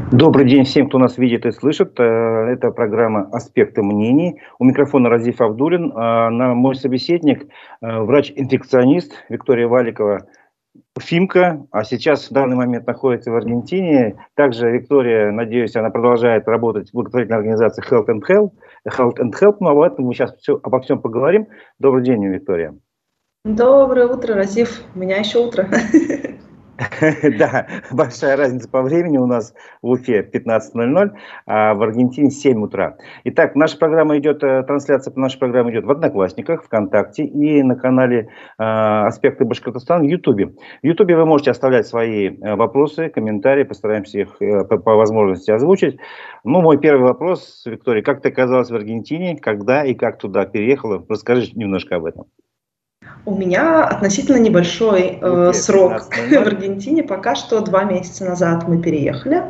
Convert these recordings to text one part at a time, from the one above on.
Добрый день всем, кто нас видит и слышит. Это программа «Аспекты мнений». У микрофона Разиф Абдуллин. Мой собеседник, врач-инфекционист Виктория Валикова, Уфимка, а сейчас в данный момент находится в Аргентине. Также Виктория, надеюсь, она продолжает работать в благотворительной организации Health and Help. Но об этом мы сейчас обо всем поговорим. Добрый день, Виктория. Доброе утро, Разиф. У меня еще утро. Да, большая разница по времени. У нас в Уфе 15:00, а в Аргентине 7 утра. Итак, трансляция нашей программы идет в Одноклассниках, ВКонтакте и на канале «Аспекты Башкортостана» в Ютубе. В Ютубе вы можете оставлять свои вопросы, комментарии, постараемся их по возможности озвучить. Мой первый вопрос, Виктория, как ты оказалась в Аргентине, когда и как туда переехала? Расскажи немножко об этом. У меня относительно небольшой срок в Аргентине. Пока что 2 месяца назад мы переехали.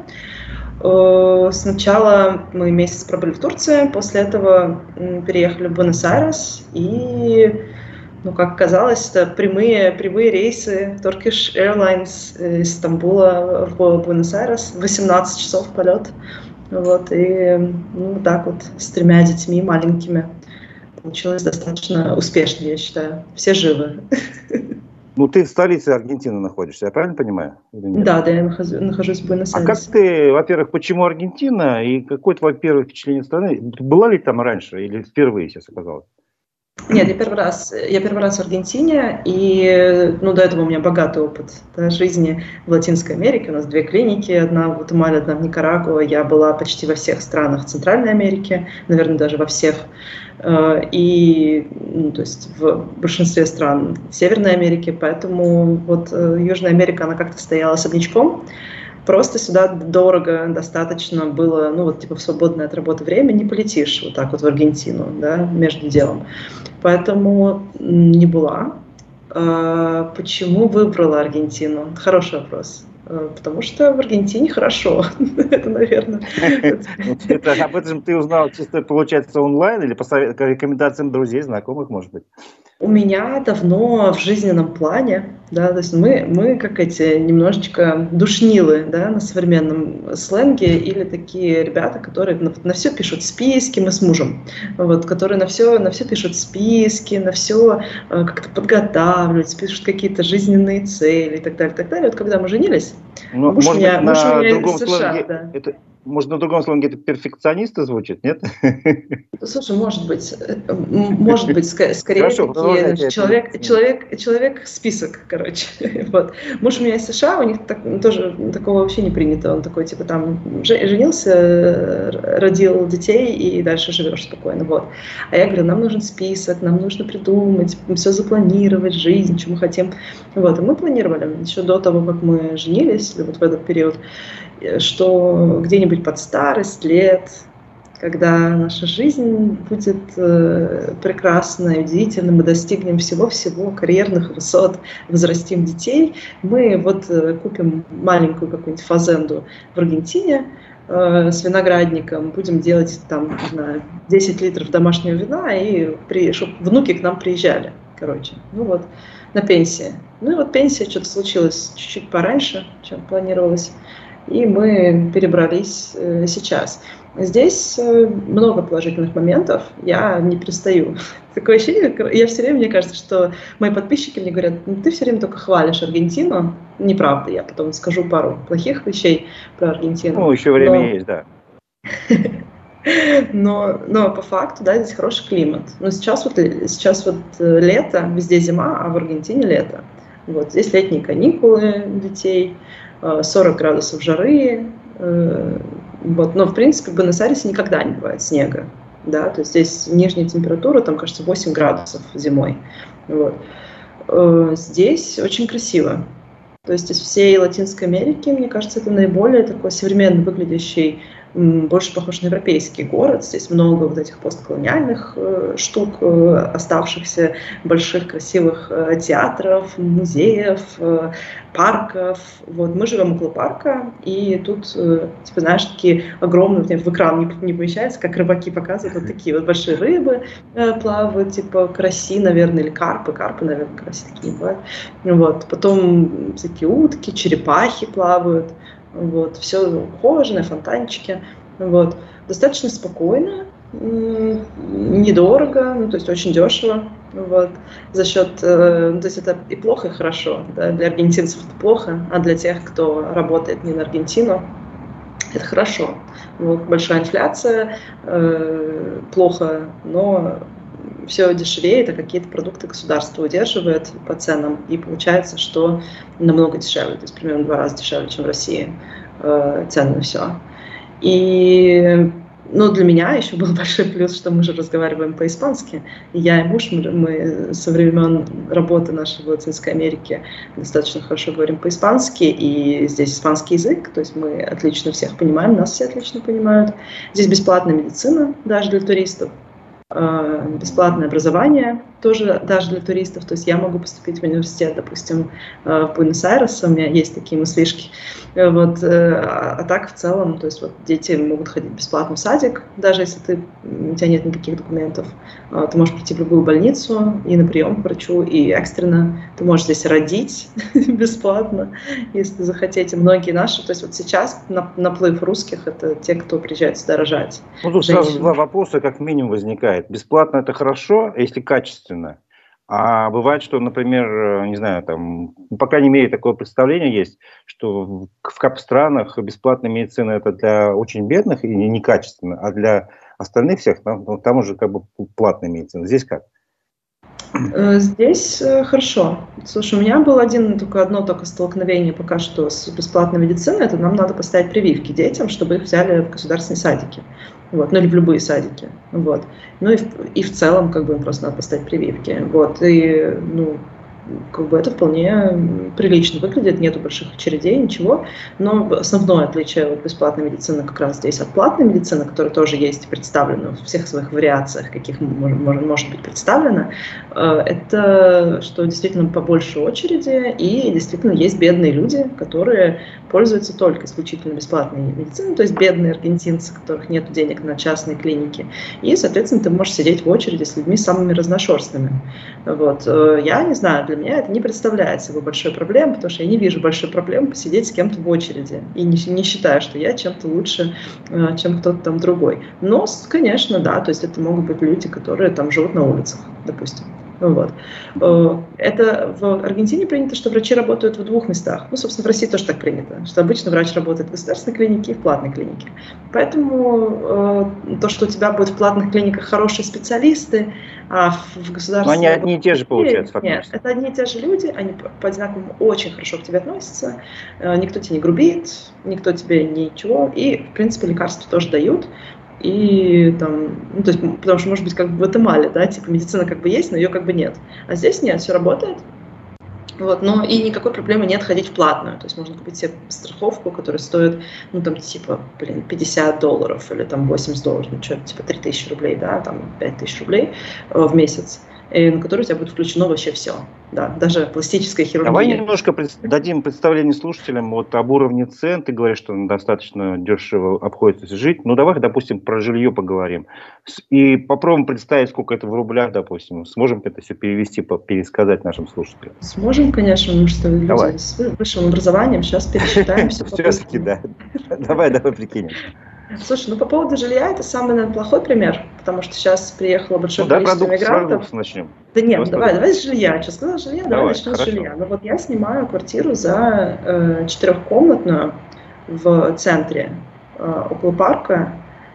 Сначала мы месяц пробыли в Турции, после этого переехали в Буэнос-Айрес. И, как оказалось, это прямые рейсы Turkish Airlines из Стамбула в Буэнос-Айрес. 18 часов полет. И так вот с 3 детьми маленькими. Получилось достаточно успешно, я считаю. Все живы. Ты в столице Аргентины находишься, я правильно понимаю? Да, я нахожусь в Буэнос-Айресе. А как ты, во-первых, почему Аргентина? И какое твое первое впечатление страны? Была ли там раньше или впервые сейчас оказалось? Нет, я первый раз в Аргентине, и до этого у меня богатый опыт жизни в Латинской Америке. У нас 2 клиники, одна в Гватемале, одна в Никарагуа. Я была почти во всех странах Центральной Америки, наверное, даже во всех. И то есть в большинстве стран Северной Америки, поэтому Южная Америка, она как-то стояла особнячком. Просто сюда дорого достаточно было, в свободное от работы время не полетишь вот так вот в Аргентину, между делом. Поэтому не была. Почему выбрала Аргентину? Хороший вопрос. Потому что в Аргентине хорошо. Это, наверное. Об этом ты узнал чисто, получается, онлайн или по рекомендациям друзей, знакомых, может быть? У меня давно в жизненном плане, то есть мы как эти немножечко душнилы, на современном сленге, или такие ребята, которые на все пишут списки, мы с мужем, которые на все пишут списки, на все как-то подготавливают, пишут какие-то жизненные цели и так далее, так далее. Когда мы женились, муж у меня из США, Может, на другом сленге это перфекционисты звучит, нет? Слушай, может быть, скорее Хорошо, такие, человек-список, короче. Муж у меня из США, у них тоже такого вообще не принято. Он такой, женился, родил детей и дальше живешь спокойно. А я говорю, нам нужен список, нам нужно придумать, все запланировать, жизнь, что мы хотим. И мы планировали еще до того, как мы женились, или в этот период, что где-нибудь под старость лет, когда наша жизнь будет прекрасной, удивительной, мы достигнем всего-всего, карьерных высот, возрастим детей, мы купим маленькую какую-нибудь фазенду в Аргентине с виноградником, будем делать 10 литров домашнего вина, и чтобы внуки к нам приезжали, на пенсии. Пенсия что-то случилось чуть-чуть пораньше, чем планировалось. И мы перебрались сейчас. Здесь много положительных моментов, я не перестаю. Такое ощущение, я все время, мне кажется, что мои подписчики мне говорят, ты все время только хвалишь Аргентину. Неправда, я потом скажу пару плохих вещей про Аргентину. Еще время есть, да. Но по факту, здесь хороший климат. Но сейчас лето, везде зима, а в Аргентине лето. Здесь летние каникулы детей, 40 градусов жары, но в принципе в Буэнос-Айресе никогда не бывает снега, то есть здесь нижняя температура, там, кажется, 8 градусов зимой, Здесь очень красиво, то есть из всей Латинской Америки, мне кажется, это наиболее такой современно выглядящий, больше похож на европейский город. Здесь много этих постколониальных штук, оставшихся больших красивых театров, музеев, парков. Мы живем около парка, и тут, такие огромные, в экран не помещается, как рыбаки показывают, такие большие рыбы плавают, караси, наверное, или карпы, наверное, караси такие бывают. Потом всякие утки, черепахи плавают. вот, все ухоженное, фонтанчики, вот, достаточно спокойно, недорого, ну, то есть очень дешево, вот, за счет, то есть это и плохо, и хорошо, да, для аргентинцев это плохо, а для тех, кто работает не на Аргентину, это хорошо. Вот, большая инфляция, плохо, но все дешевеет, а какие-то продукты государство удерживает по ценам, и получается, что намного дешевле, то есть примерно в 2 раза дешевле, чем в России цены на все. И ну, для меня еще был большой плюс, что мы же разговариваем по-испански. Я и муж, мы со времен работы нашей в Латинской Америке достаточно хорошо говорим по-испански, и здесь испанский язык, то есть мы отлично всех понимаем, нас все отлично понимают. Здесь бесплатная медицина даже для туристов. Бесплатное образование тоже даже для туристов, то есть я могу поступить в университет, допустим, в Буэнос-Айресе, у меня есть такие мыслишки, вот, а так в целом, то есть вот дети могут ходить бесплатно в садик, даже если у тебя нет никаких документов, ты можешь прийти в любую больницу и на прием к врачу, и экстренно ты можешь здесь родить бесплатно, если захотите. Многие наши, то есть вот сейчас наплыв русских, это те, кто приезжает сюда рожать. Ну, тут сразу два вопроса как минимум возникает. Бесплатно это хорошо, если качественно. А бывает, что, например, не знаю, там, по крайней мере, такое представление есть, что в кап-странах бесплатная медицина это для очень бедных и некачественно, а для остальных всех там уже как бы платная медицина. Здесь как? Здесь хорошо. Слушай, у меня было одно только столкновение пока что с бесплатной медициной. Это нам надо поставить прививки детям, чтобы их взяли в государственные садики. Вот, ну или в любые садики. Вот. Ну и в целом, как бы, просто надо поставить прививки. Вот. И, ну, как бы это вполне прилично выглядит, нету больших очередей, ничего. Но основное отличие от бесплатной медицины как раз здесь от платной медицины, которая тоже есть представлена в всех своих вариациях, каких может быть представлена, это что действительно побольше очереди, и действительно есть бедные люди, которые пользуются только исключительно бесплатной медициной, то есть бедные аргентинцы, у которых нет денег на частные клиники. И, соответственно, ты можешь сидеть в очереди с людьми самыми разношерстными. Вот. Я не знаю, для меня это не представляет собой большой проблемы, потому что я не вижу большой проблемы посидеть с кем-то в очереди. И не считаю, что я чем-то лучше, чем кто-то там другой. Но, конечно, да, то есть это могут быть люди, которые там живут на улицах, допустим. Вот. Это в Аргентине принято, что врачи работают в 2 местах. Ну, собственно, в России тоже так принято, что обычно врач работает в государственной клинике и в платной клинике. Поэтому то, что у тебя будут в платных клиниках хорошие специалисты, а в государственной... Но они одни и те же, получается, фактически. Нет, это одни и те же люди, они по-одинаковому очень хорошо к тебе относятся, никто тебе не грубит, никто тебе ничего, и, в принципе, лекарства тоже дают. И там, ну, то есть, потому что, может быть, как в Гватемале, да, типа медицина как бы есть, но ее как бы нет. А здесь нет, все работает. Вот, но и никакой проблемы нет ходить в платную. То есть можно купить себе страховку, которая стоит, ну, там, типа, $50 или там $80, ну, что, типа 3000 рублей, да, там 5000 рублей в месяц, и на которую у тебя будет включено вообще все. Да, даже пластическая хирургия. Давай немножко дадим представление слушателям вот об уровне цен. Ты говоришь, что достаточно дешево обходится жить. Ну, давай, допустим, про жилье поговорим. И попробуем представить, сколько это в рублях, допустим. Сможем это все перевести, пересказать нашим слушателям? Сможем, конечно, мы что люди с высшим образованием. Сейчас пересчитаем все. Все-таки, да. Давай прикинем. Слушай, ну по поводу жилья это самый, наверное, плохой пример, потому что сейчас приехало большое количество мигрантов. Начнем. Да нет, давай с жилья. Что сказала жилья? Давай начнем с жилья. Ну вот я снимаю квартиру за 4-комнатную в центре, около парка,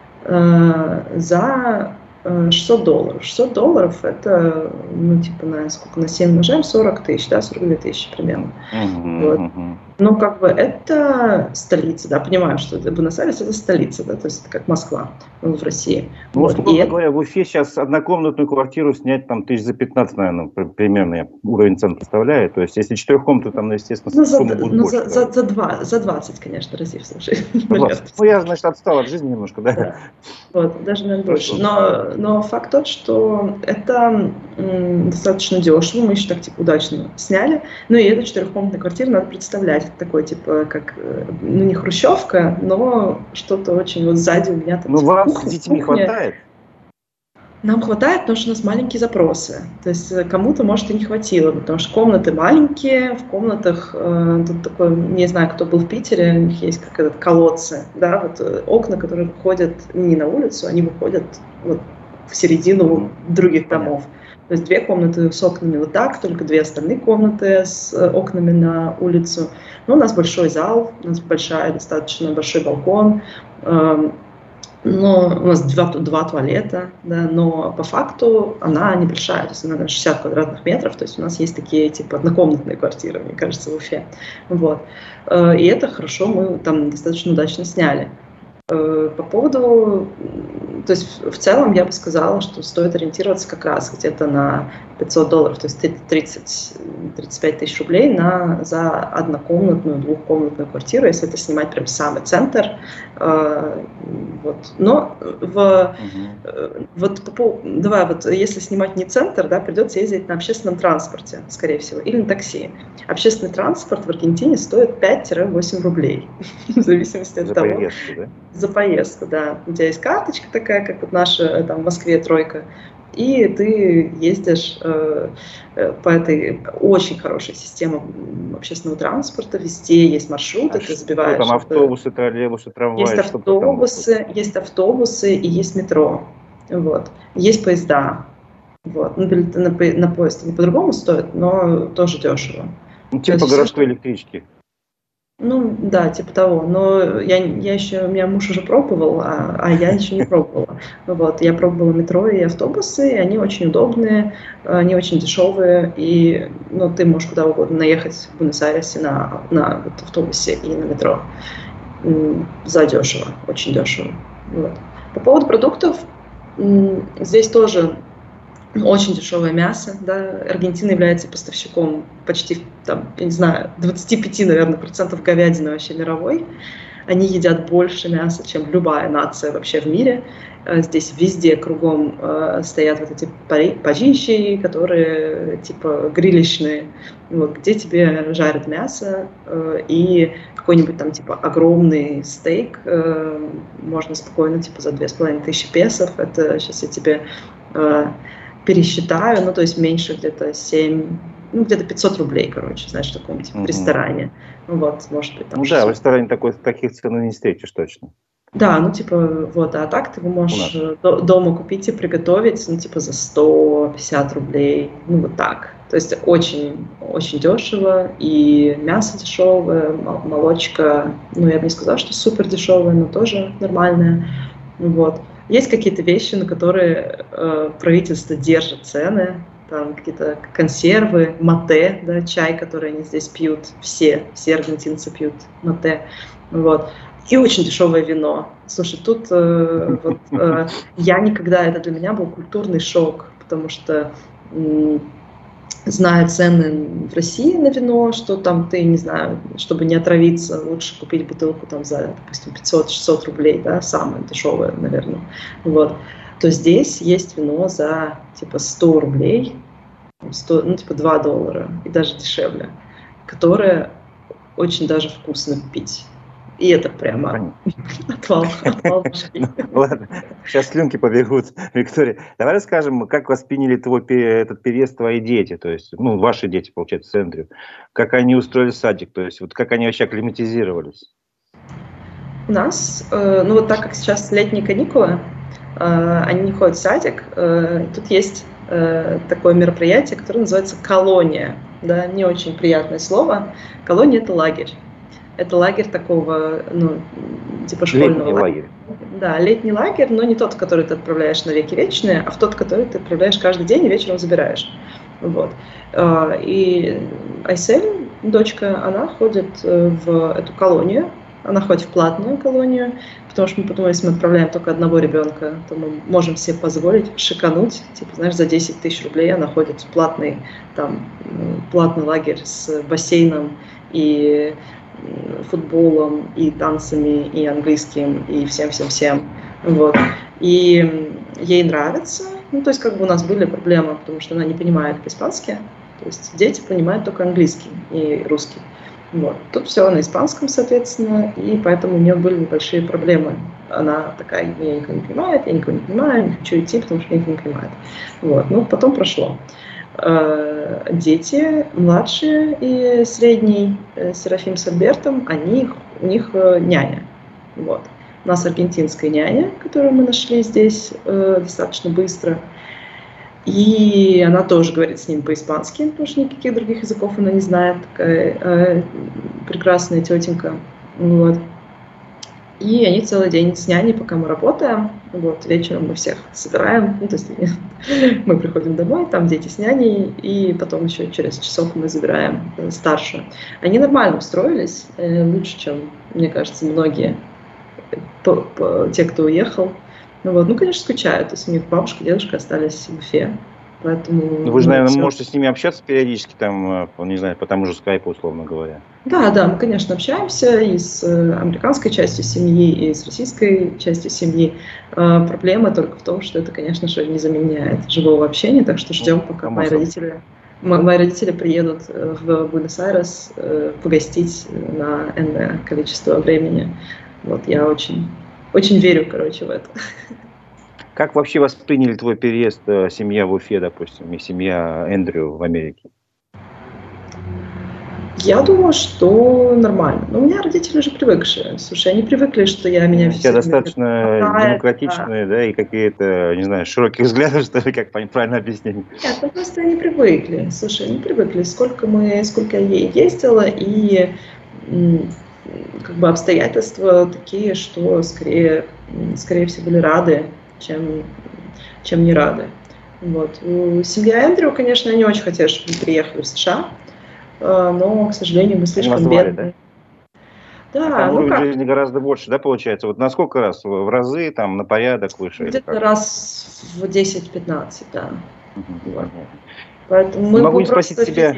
за $600. $600 это, ну, типа, на 7 умножаем, 40 тысяч, да, 42 тысячи примерно. Вот. Ну, как бы, это столица, да, понимаем, что Буэнос-Айрес это столица, да, то есть это как Москва в России. Ну, вот. Условно говоря, в Уфе сейчас однокомнатную квартиру снять там тысяч за 15, наверное, примерно уровень цен представляет. То есть, если 4-комнатную, там, естественно, сумма будет больше. За 20, конечно, Россия, слушай. Ну, я, значит, отстал от жизни немножко, да? Да. Вот, даже, наверное, больше. Но факт тот, что это достаточно дешево, мы еще так, типа, удачно сняли. Ну, и эту 4-комнатную квартиру надо представлять. Такой, типа, как, ну, не хрущевка, но что-то очень вот сзади у меня там. Ну, вам с детьми хватает? Нам хватает, потому что у нас маленькие запросы. То есть кому-то, может, и не хватило, потому что комнаты маленькие, в комнатах, тут такой, не знаю, кто был в Питере, у них есть как этот колодцы, да, вот окна, которые выходят не на улицу, они выходят вот в середину других домов. То есть 2 комнаты с окнами вот так, только 2 остальные комнаты с окнами на улицу. Но у нас большой зал, у нас достаточно большой балкон, но у нас 2 туалета, да, но по факту она небольшая, то есть она на 60 квадратных метров, то есть у нас есть такие типа однокомнатные квартиры, мне кажется, в Уфе. Вот. И это хорошо, мы там достаточно удачно сняли. По поводу, то есть в целом я бы сказала, что стоит ориентироваться как раз где-то на $500, то есть 30-35 тысяч рублей за однокомнатную, двухкомнатную квартиру, если это снимать прям самый центр. Вот. Но если снимать не центр, да, придется ездить на общественном транспорте, скорее всего, или на такси. Общественный транспорт в Аргентине стоит 5-8 рублей, в зависимости от того. Поездку, да? За поездку, да. У тебя есть карточка такая, как вот наша там в Москве тройка, и ты ездишь по этой очень хорошей системе общественного транспорта, везде есть маршруты, ты забиваешь. Там автобусы, троллейбусы, трамваи. Есть автобусы и есть метро. Вот. Есть поезда. Вот. На поезд они по-другому стоят, но тоже дешево. Ну, типа городской электрички. Ну, да, типа того. Но у меня муж уже пробовал, а я еще не пробовала. Вот, я пробовала метро и автобусы, и они очень удобные, они очень дешевые, и ты можешь куда угодно наехать в Буэнос-Айресе на автобусе и на метро задешево, очень дешево. Вот. По поводу продуктов, здесь тоже очень дешевое мясо, да. Аргентина является поставщиком почти, там, я не знаю, 25, наверное, процентов говядины вообще мировой. Они едят больше мяса, чем любая нация вообще в мире. Здесь везде кругом стоят вот эти пажищи, которые типа грилищные, вот, где тебе жарят мясо, и какой-нибудь там типа огромный стейк можно спокойно типа за 2500 песо. Это сейчас я тебе пересчитаю, то есть меньше где-то где-то 500 рублей, короче, знаешь, в таком типа ресторане. Вот, может быть, там. Ну да, в ресторане таких цен не встретишь точно. Да, а так ты его можешь дома купить и приготовить, за 150 рублей, вот так. То есть очень, очень дешево, и мясо дешевое, молочка, я бы не сказала, что супер дешевое, но тоже нормальное, вот. Есть какие-то вещи, на которые правительство держит цены, там какие-то консервы, мате, да, чай, который они здесь пьют, все аргентинцы пьют мате, вот. И очень дешевое вино. Слушай, тут я никогда, это для меня был культурный шок, потому что зная цены в России на вино, что там ты, не знаю, чтобы не отравиться, лучше купить бутылку там за, допустим, 500-600 рублей, да, самое дешевое, наверное, вот, то здесь есть вино за, 100 рублей, 2 доллара и даже дешевле, которое очень даже вкусно пить. И это прямо отвал башки. Ладно, сейчас слюнки побегут. Виктория, давай расскажем, как восприняли этот переезд твои дети, то есть, ваши дети, получается, с Эндрю. Как они устроили садик, то есть, как они вообще акклиматизировались? У нас, так как сейчас летние каникулы, они не ходят в садик, тут есть такое мероприятие, которое называется колония. Да, не очень приятное слово. Колония – это лагерь. Это лагерь такого, типа школьного летний лагерь. Да, летний лагерь, но не тот, который ты отправляешь на веки вечные, а в тот, который ты отправляешь каждый день и вечером забираешь. Вот. И Айсель, дочка, она ходит в эту колонию, она ходит в платную колонию, потому что мы подумали, если мы отправляем только одного ребенка, то мы можем себе позволить шикануть, за 10 тысяч рублей она ходит в платный лагерь с бассейном и футболом, и танцами, и английским, и всем-всем-всем. Вот. И ей нравится. То есть, у нас были проблемы, потому что она не понимает по-испански. То есть, дети понимают только английский и русский. Вот. Тут все на испанском, соответственно, и поэтому у нее были небольшие проблемы она такая, меня никого не понимает, я никого не понимаю, не хочу идти, потому что меня никого не понимает. Вот. Ну, потом прошло. Дети младшие и средний, Серафим с Альбертом, у них няня. Вот. У нас аргентинская няня, которую мы нашли здесь достаточно быстро. И она тоже говорит с ним по-испански, потому что никаких других языков она не знает. Такая прекрасная тетенька. Вот. И они целый день с няней, пока мы работаем. Вот, вечером мы всех собираем. Ну, то есть мы приходим домой, там дети с няней, и потом еще через часов мы забираем старшую. Они нормально устроились, лучше, чем, мне кажется, многие, те, кто уехал. Вот. Ну, конечно, скучают. То есть у них бабушка, дедушка остались в Уфе. Поэтому, вы же, наверное, можете с ними общаться периодически, там, не знаю, по тому же скайпу, условно говоря. Да, да, мы, конечно, общаемся и с американской частью семьи, и с российской частью семьи. Проблема только в том, что это, конечно же, не заменяет живого общения, так что ждем, пока мои родители приедут в Буэнос-Айрес погостить на энное количество времени. Вот, я очень, очень верю, короче, в это. Как вообще восприняли твой переезд семья в Уфе, допустим, и семья Эндрю в Америке? Я думаю, что нормально. Но у меня родители уже привыкшие. Слушай, они привыкли, что я меня... У тебя достаточно демократичные, да, и какие-то, не знаю, широкие взгляды, что ли, как правильно объяснить? Нет, ну просто они привыкли. Слушай, они привыкли. Сколько я ездила, и как бы обстоятельства такие, что скорее все были рады, чем не рады. Вот. Семья Эндрю, конечно, не очень хотели, чтобы мы приехали в США, но, к сожалению, мы слишком бедные. Да, там уровень жизни гораздо больше, да, получается? Вот на сколько раз? В разы, там, на порядок выше? Где-то раз в 10-15, да. Вот. Поэтому мы могу не спросить себя...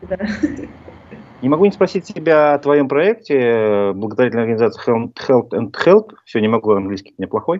Не могу не спросить тебя о твоем проекте, благотворительной организации Health and Help. Все, не могу, английский у меня плохой.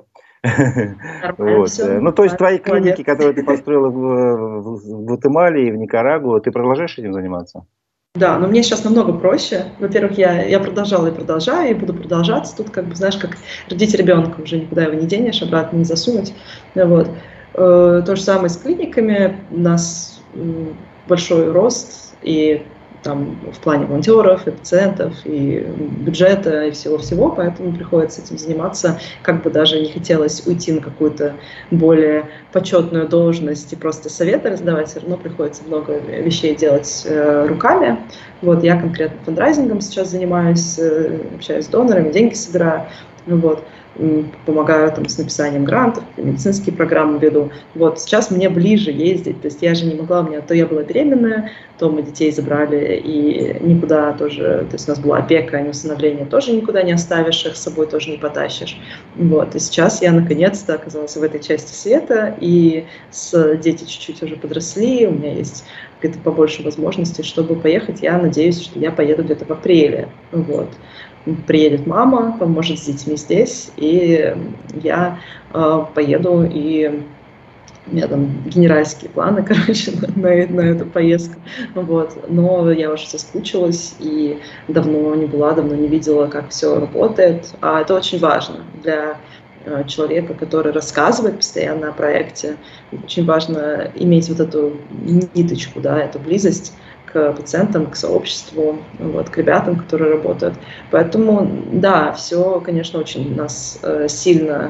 Вот. Ну, то есть твои клиники, которые ты построила в Гватемале и в Никарагуа, ты продолжаешь этим заниматься? Да, но мне сейчас намного проще. Во-первых, я продолжала и продолжаю, и буду продолжаться. Тут, как бы, знаешь, как родить ребенка, уже никуда его не денешь, обратно не засунуть. Вот. То же самое с клиниками. У нас большой рост, и там в плане волонтеров, и пациентов, и бюджета, и всего-всего, поэтому приходится этим заниматься. Как бы даже не хотелось уйти на какую-то более почетную должность и просто советы раздавать, все равно приходится много вещей делать руками. Вот, я конкретно фандрайзингом сейчас занимаюсь, общаюсь с донорами, деньги собираю. Вот. Помогаю там с написанием грантов, медицинские программы веду. Вот сейчас мне ближе ездить, то есть я же не могла, то я была беременная, то мы детей забрали и никуда тоже, то есть у нас была опека, а не усыновление, тоже никуда не оставишь, их с собой тоже не потащишь. Вот, и сейчас я наконец-то оказалась в этой части света, и дети чуть-чуть уже подросли, у меня есть где-то побольше возможностей, чтобы поехать. Я надеюсь, что я поеду где-то в апреле. Вот. Приедет мама, поможет с детьми здесь, и я поеду, и у меня там генеральские планы, короче, на эту поездку. Вот. Но я уже соскучилась и давно не была, давно не видела, как все работает. А это очень важно для человека, который рассказывает постоянно о проекте. Очень важно иметь вот эту ниточку, да, эту близость к пациентам, к сообществу, вот, к ребятам, которые работают. Поэтому, да, все, конечно, очень нас сильно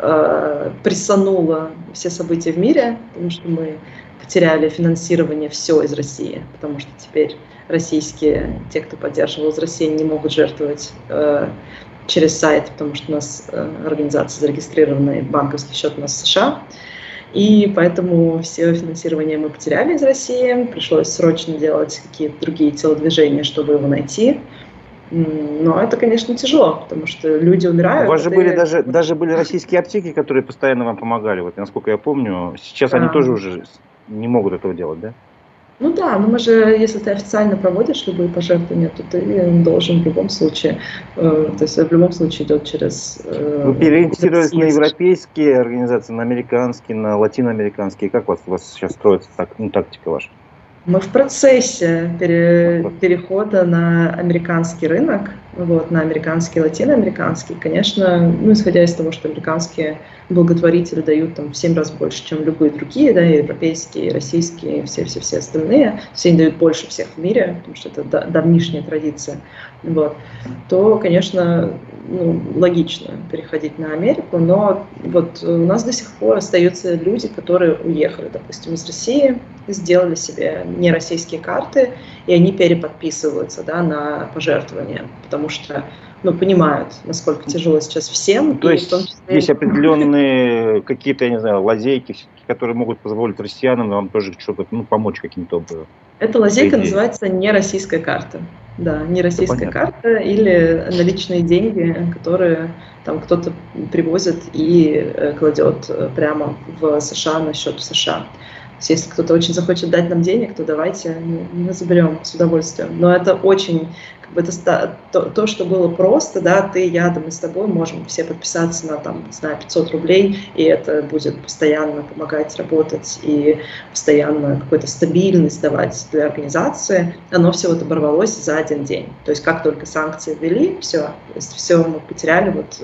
прессануло все события в мире, потому что мы потеряли финансирование все из России, потому что теперь российские, те, кто поддерживал из России, не могут жертвовать через сайт, потому что у нас организация зарегистрирована, и банковский счет у нас в США. И поэтому все финансирование мы потеряли из России, пришлось срочно делать какие-то другие телодвижения, чтобы его найти. Но это, конечно, тяжело, потому что люди умирают. У вас же были даже были российские аптеки, которые постоянно вам помогали. Вот, насколько я помню, сейчас они тоже уже не могут этого делать, да? Ну да, но мы же, если ты официально проводишь любые пожертвования, то ты должен в любом случае, то есть в любом случае идет через... Вы переориентировались на европейские организации, на американские, на латиноамериканские. Как у вас сейчас строится тактика ваша? Мы в процессе перехода на американский рынок. вот, на американские, латиноамериканские. Конечно, ну, исходя из того, что американские благотворители дают там в 7 раз больше, чем любые другие, да, и европейские, и российские, и все остальные, все они дают больше всех в мире, потому что это давнишняя традиция, вот, то, конечно, ну, логично переходить на Америку, но вот у нас до сих пор остаются люди, которые уехали, допустим, из России, сделали себе нероссийские карты, и они переподписываются, да, на пожертвования, потому что, ну, понимают, насколько тяжело сейчас всем. То есть есть определенные какие-то, я не знаю, лазейки, которые могут позволить россиянам вам тоже что-то, ну, помочь каким-то образом. Эта лазейка называется нероссийская карта. Да, нероссийская карта или наличные деньги, которые там кто-то привозит и кладет прямо в США на счет в США. То есть, если кто-то очень захочет дать нам денег, то давайте, мы заберем с удовольствием. Но это очень, как бы, это то, что было просто, да, ты, я, да, мы с тобой можем все подписаться на, там, не знаю, 500 рублей, и это будет постоянно помогать работать и постоянно какую-то стабильность давать для организации. Оно все вот оборвалось за один день. То есть, как только санкции ввели, все, то есть все мы потеряли вот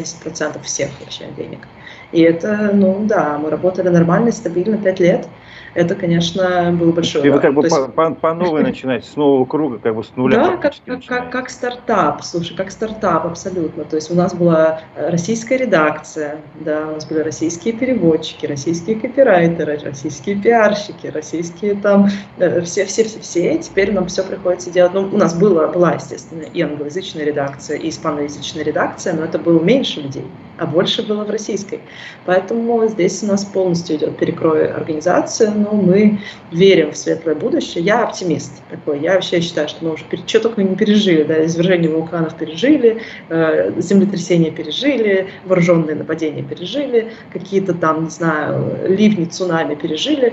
70% всех вообще денег. И это, ну да, мы работали нормально, стабильно 5 лет. Это, конечно, был большой удар. И вы как бы по новой начинаете, с нового круга, как бы с нуля. Да, как стартап, слушай, как стартап абсолютно. То есть у нас была российская редакция, да, у нас были российские переводчики, российские копирайтеры, российские пиарщики, российские там, все. Теперь нам все приходится делать. Ну, у нас была, естественно, и англоязычная редакция, и испаноязычная редакция, но это было меньше людей, а больше было в российской. Поэтому здесь у нас полностью идет перекрой организации, но мы верим в светлое будущее. Я оптимист такой. Я вообще считаю, что мы уже что только не пережили. Да, извержение вулканов пережили, землетрясения пережили, вооруженные нападения пережили, какие-то там, не знаю, ливни, цунами пережили,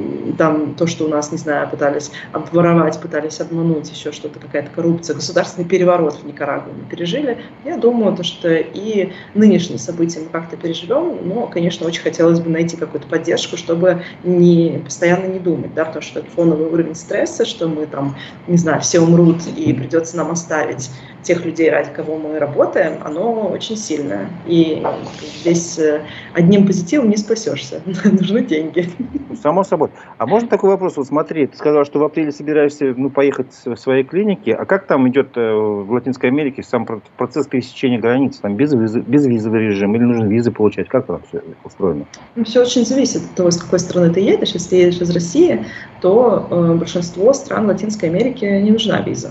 там то, что у нас, не знаю, пытались обворовать, пытались обмануть, еще что-то, какая-то коррупция, государственный переворот в Никарагуа мы пережили. Я думаю, что и нынешние события мы как-то переживем, но, конечно, очень хотелось бы найти какую-то поддержку, чтобы постоянно не думать, да, потому что это фоновый уровень стресса, что мы там, не знаю, все умрут и придется нам оставить тех людей, ради кого мы работаем, оно очень сильное. И здесь одним позитивом не спасешься. Нужны деньги. Само собой. А можно такой вопрос? Вот смотри, ты сказал, что в апреле собираешься поехать в своей клинике. А как там идет в Латинской Америке сам процесс пересечения границ? Там безвизовый режим или нужно визы получать? Как там все устроено? Все очень зависит от того, с какой страны ты едешь. Если ты едешь из России, то большинство стран Латинской Америки не нужна виза.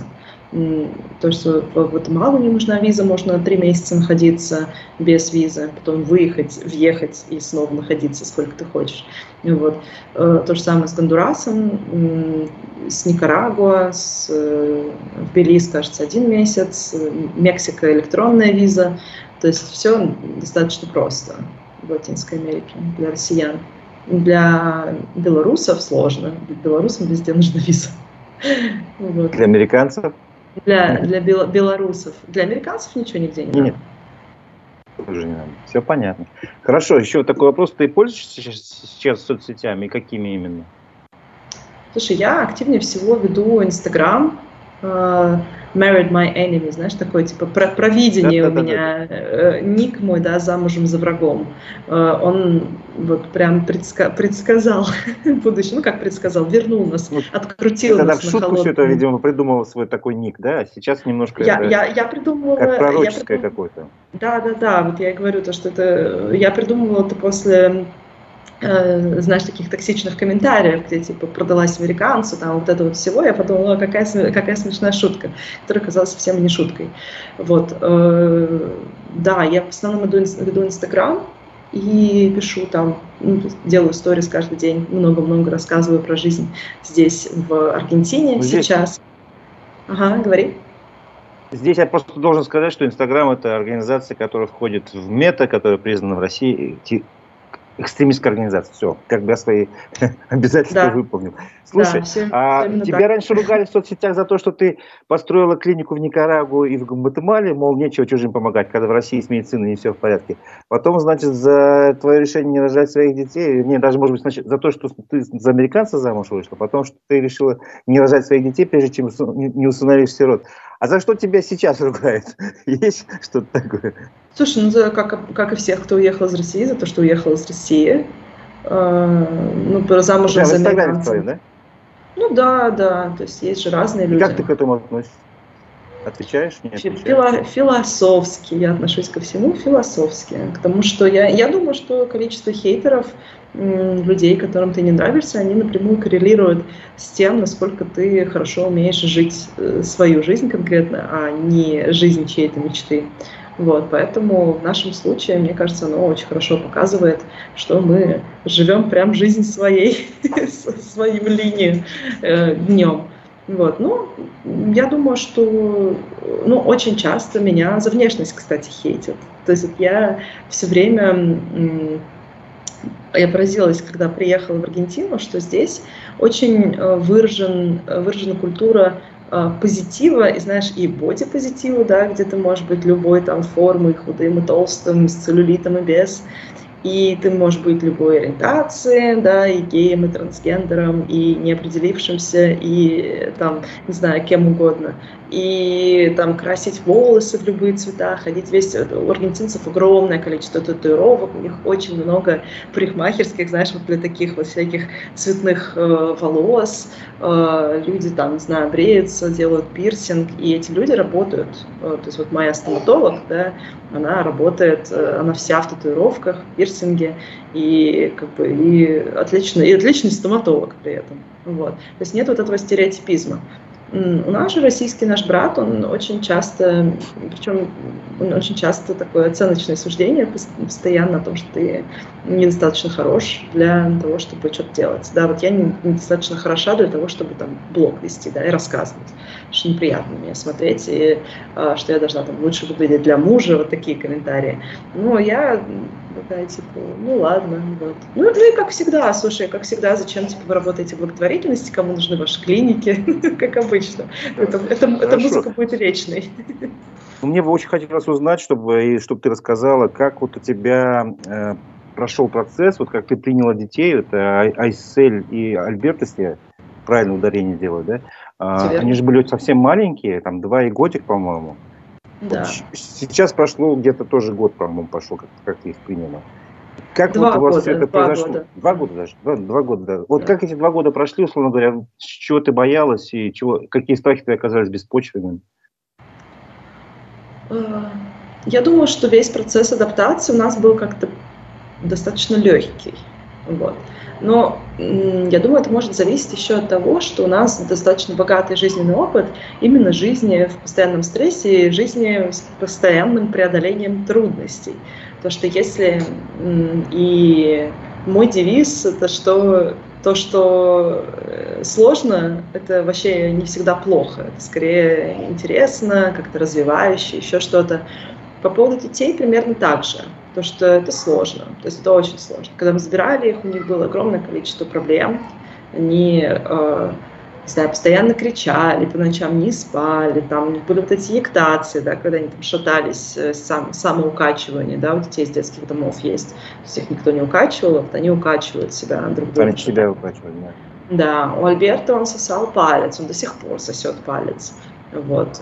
То, что в Гватемалу не нужна виза, можно 3 месяца находиться без визы, потом выехать, въехать и снова находиться, сколько ты хочешь. Вот. То же самое с Гондурасом, с Никарагуа, в Белиз, кажется, 1 месяц, Мексика электронная виза. То есть все достаточно просто в Латинской Америке для россиян. Для белорусов сложно. Белорусам везде нужна виза. Вот. Для американцев? Для белорусов. Для американцев ничего нигде не надо. Тоже не надо. Все понятно. Хорошо, еще такой вопрос. Ты пользуешься сейчас соцсетями и какими именно? Слушай, я активнее всего веду Инстаграм, Married My Enemy, знаешь, такой типа провидение у меня, ник мой, да, замужем за врагом. Он вот прям предсказал будущее, ну как предсказал, вернул нас, открутил нас на холодную. Тогда в шутку все это, видимо, придумывал свой такой ник, да? А сейчас немножко я придумывала, как пророческое какое-то. Да, вот я и говорю, то, что это я придумывала это после, знаешь, таких токсичных комментариев, где типа продалась американцу, там вот это вот всего, я подумала, какая смешная шутка, которая оказалась совсем не шуткой. Вот, да, я в основном веду Инстаграм и пишу там, делаю сторис каждый день, много-много рассказываю про жизнь здесь, в Аргентине сейчас. Ага, говори. Здесь я просто должен сказать, что Инстаграм — это организация, которая входит в Мета, которая признана в России экстремистская организация. Все, как бы я свои обязательства выполнил. Слушай, тебя раньше ругали в соцсетях за то, что ты построила клинику в Никарагуа и в Гватемале, мол, нечего чужим помогать, когда в России с медициной не все в порядке. Потом, значит, за твое решение не рожать своих детей, даже, может быть, значит, за то, что ты за американца замуж вышла, потом, что ты решила не рожать своих детей, прежде чем не усыновишь сирот. А за что тебя сейчас ругают? Есть что-то такое? Слушай, ну как и всех, кто уехал из России, за то, что уехал из России. Ну, замужем Да, в за Инстаграме в твоем, американцем. да? Ну да, да, то есть есть же разные И как люди. ты к этому относишься? Отвечаешь, не Вообще отвечаешь? философски я отношусь ко всему философски, к тому, что я думаю, что количество хейтеров, людей, которым ты не нравишься, они напрямую коррелируют с тем, насколько ты хорошо умеешь жить свою жизнь конкретно, а не жизнь чьей-то мечты. Вот, поэтому в нашем случае, мне кажется, оно очень хорошо показывает, что мы живем прям жизнь своей, свою линию днем. Вот, ну, я думаю, что, ну, очень часто меня за внешность, кстати, хейтят. То есть вот я все время, я поразилась, когда приехала в Аргентину, что здесь очень выражена культура позитива, и знаешь, и бодипозитива, да, где ты можешь быть любой там формы, и худым, и толстым, с целлюлитом, и без. И ты можешь быть любой ориентации, да, и геем, и трансгендером, и неопределившимся, и там, не знаю, кем угодно. И там красить волосы в любые цвета, ходить весь... У аргентинцев огромное количество татуировок, у них очень много парикмахерских, знаешь, вот для таких вот всяких цветных волос. Люди там, не знаю, бреются, делают пирсинг, и эти люди работают. То есть вот моя стоматолог, да, она работает, она вся в татуировках, пирсинге, и как бы и отличный стоматолог при этом. Вот. То есть нет вот этого стереотипизма. У нас же российский наш брат, он очень часто, причем он очень часто такое оценочное суждение постоянно о том, что ты недостаточно хорош для того, чтобы что-то делать. Да, вот я недостаточно хороша для того, чтобы там блог вести, да, и рассказывать, что неприятно мне смотреть, и что я должна там лучше выглядеть для мужа, вот такие комментарии. Но я такая, типа, ну ладно, вот. Ну и как всегда, слушай, как всегда, зачем, типа, вы работаете в благотворительности, кому нужны ваши клиники, как обычно. Эта музыка будет вечной. Мне бы очень хотелось узнать, чтобы ты рассказала, как вот у тебя прошел процесс, вот как ты приняла детей, это Айсель и Альберт, если я правильно ударение делаю, да? Они же были совсем маленькие, там 2 и годик, по-моему. Да. Вот сейчас прошло где-то тоже год, по-моему, пошел, как ты их приняла. Как 2 вот у вас года, все это 2 произошло? года. 2 года даже? 2 года, да. Вот Да. как эти 2 года прошли, условно говоря, чего ты боялась и какие страхи тебе оказались беспочвенными? Я думаю, что весь процесс адаптации у нас был как-то достаточно легкий. Вот. Но я думаю, это может зависеть еще от того, что у нас достаточно богатый жизненный опыт именно жизни в постоянном стрессе и жизни с постоянным преодолением трудностей. Потому что если... И мой девиз — это что то, что сложно, это вообще не всегда плохо. Это скорее интересно, как-то развивающе, еще что-то. По поводу детей примерно так же. Потому что это сложно, то есть это очень сложно. Когда мы забирали их, у них было огромное количество проблем. Они, не знаю, постоянно кричали, по ночам не спали, там у них были вот эти ектации, да, когда они там шатались, самоукачивание, да, у детей из детских домов есть. То есть их никто не укачивал, вот они укачивают себя друг друга. Они себя укачивают, да. Да, у Альберта он сосал палец, он до сих пор сосет палец. Вот.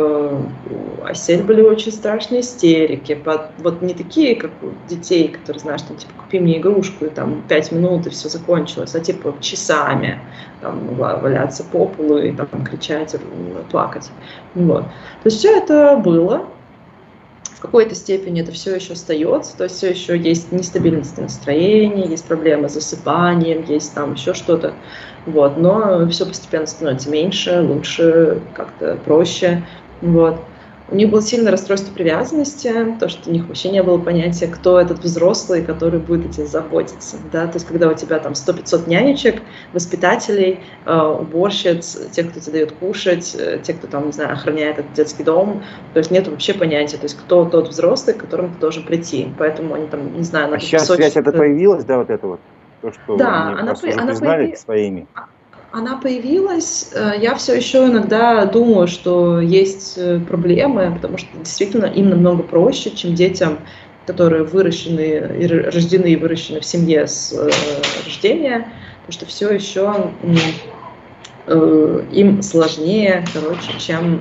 У Айсель были очень страшные истерики. Вот не такие, как у детей, которые, знаешь, там, типа, купи мне игрушку, и там 5 минут, и все закончилось, а типа часами там могла валяться по полу и там кричать, плакать. Вот. То есть все это было. В какой-то степени это все еще остается, то есть все еще есть нестабильность настроения, есть проблемы с засыпанием, есть там еще что-то. Вот, но все постепенно становится меньше, лучше, как-то проще. Вот. У них было сильное расстройство привязанности, то, что у них вообще не было понятия, кто этот взрослый, который будет о тебе заботиться. Да? То есть, когда у тебя там 100-500 нянечек, воспитателей, уборщиц, тех, кто тебе дает кушать, те, кто там, не знаю, охраняет этот детский дом, то есть нет вообще понятия, то есть кто тот взрослый, к которому ты должен прийти. Поэтому они там, не знаю, надо сейчас связь это появилась, да, вот это вот? То, что да, они просто уже признали своими. Она появилась, я все еще иногда думаю, что есть проблемы, потому что действительно им намного проще, чем детям, которые выращены и рождены и выращены в семье с рождения, потому что все еще им сложнее, короче, чем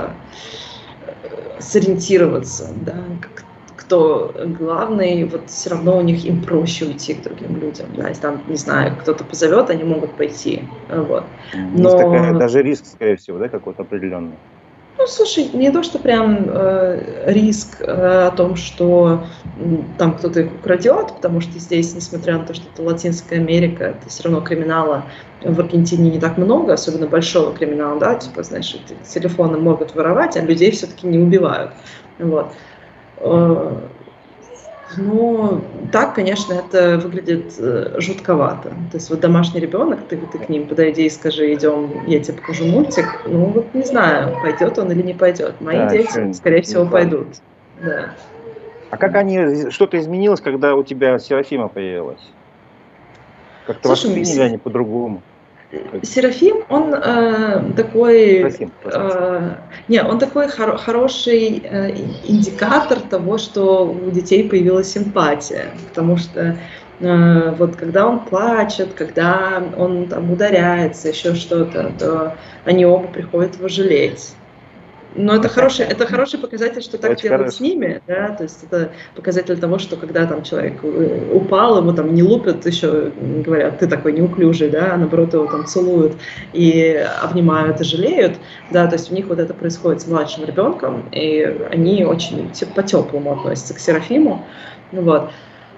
сориентироваться, да, кто главный, вот все равно у них им проще уйти к другим людям, да, если там, не знаю, кто-то позовет, они могут пойти, вот. Есть такая, Но, даже риск, скорее всего, да, какой-то определенный. ну, слушай, не то, что прям риск о том, что там кто-то их украдет, потому что здесь, несмотря на то, что это Латинская Америка, это все равно криминала в Аргентине не так много, особенно большого криминала, да, типа, знаешь, телефоны могут воровать, а людей все-таки не убивают, вот. Но так, конечно, это выглядит жутковато. То есть вот домашний ребенок, ты к ним подойди и скажи, идем, я тебе покажу мультик. Ну вот не знаю, пойдет он или не пойдет. Мои Да, дети, скорее всего, пойдут. Да. А как что-то изменилось, когда у тебя Серафима появилась? Как-то восприняли они по-другому? Серафим, он такой, Серафим, он такой хороший индикатор того, что у детей появилась симпатия, потому что вот когда он плачет, когда он там ударяется, еще что-то, то они оба приходят его жалеть. Но это хороший показатель, что так делают с ними, да, то есть это показатель того, что когда там человек упал, ему там не лупят, еще говорят, ты такой неуклюжий, да, а наоборот его там целуют и обнимают и жалеют, да, то есть у них вот это происходит с младшим ребенком, и они очень по-теплому относятся к Серафиму, вот.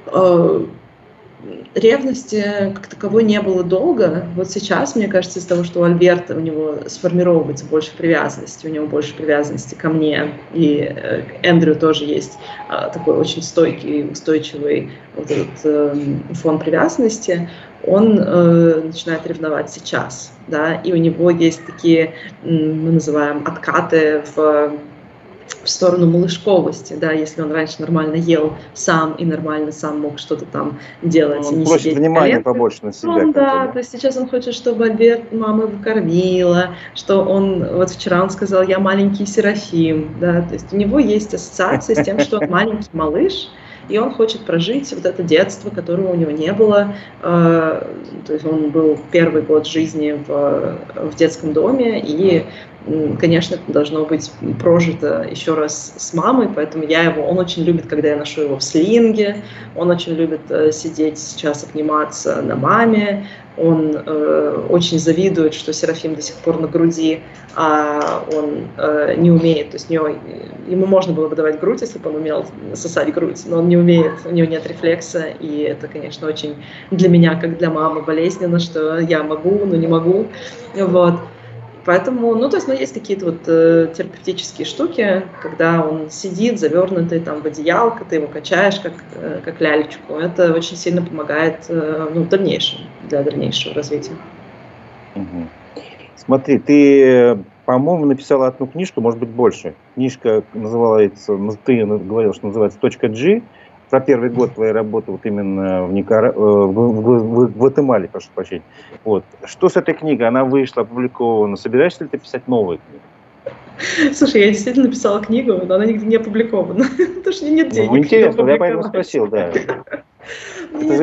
Ревности как таковой не было долго. Вот сейчас, мне кажется, из-за того, что у Альберта, у него сформировывается больше привязанности, у него больше привязанности ко мне, и Эндрю тоже есть такой очень стойкий, устойчивый вот этот фон привязанности, он начинает ревновать сейчас, да, и у него есть такие, мы называем, откаты в сторону малышковости, да, если он раньше нормально ел сам и нормально сам мог что-то там делать. Он просит внимания побольше на себя. Да, то есть сейчас он хочет, чтобы Альберт мама его кормила, что он, вот вчера он сказал, я маленький Серафим, да, то есть у него есть ассоциация с тем, что он маленький малыш, и он хочет прожить вот это детство, которого у него не было. То есть он был первый год жизни в детском доме, и, конечно, это должно быть прожито еще раз с мамой, поэтому он очень любит, когда я ношу его в слинге, он очень любит сидеть сейчас, обниматься на маме, он очень завидует, что Серафим до сих пор на груди, а он не умеет, то есть ему можно было бы давать грудь, если бы он умел сосать грудь, но он не умеет, у него нет рефлекса, и это, конечно, очень для меня, как для мамы, болезненно, что я могу, но не могу, вот. Поэтому, есть какие-то вот терапевтические штуки, когда он сидит завернутый там в одеялко, ты его качаешь как лялечку. Это очень сильно помогает в дальнейшем, для дальнейшего развития. Угу. Смотри, ты, по-моему, написала одну книжку, может быть, больше. Книжка называется, ты говорил, что называется «Точка G», про первый год твоей работы вот именно в Гватемале, прошу прощения. Вот. Что с этой книгой? Она вышла, опубликована. Собираешься ли ты писать новую книгу? Слушай, я действительно написала книгу, но она нигде не опубликована, потому что нет денег. Интересно, я поэтому спросил, да. У меня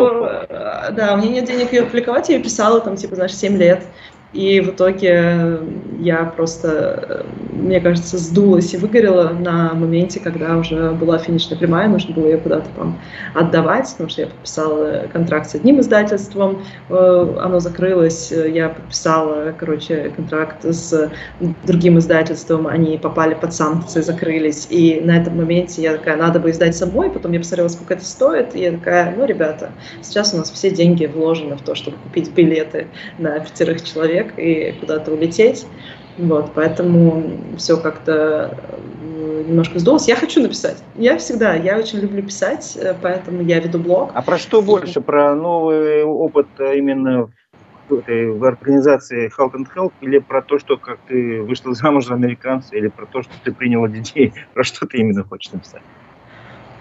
нет денег ее опубликовать, я ее писала там, 7 лет. И в итоге я просто, мне кажется, сдулась и выгорела на моменте, когда уже была финишная прямая, нужно было ее куда-то там отдавать, потому что я подписала контракт с одним издательством, оно закрылось, я подписала, контракт с другим издательством, они попали под санкции, закрылись, и на этом моменте я такая, надо бы издать самой, потом я посмотрела, сколько это стоит, и я такая, ребята, сейчас у нас все деньги вложены в то, чтобы купить билеты на 5 человек, и куда-то улететь. Вот, поэтому все как-то немножко сдулось. Я хочу написать. Я очень люблю писать, поэтому я веду блог. А про что больше? Про новый опыт именно в организации Health and Health, или про то, что как ты вышла замуж за американца, или про то, что ты приняла детей? Про что ты именно хочешь написать?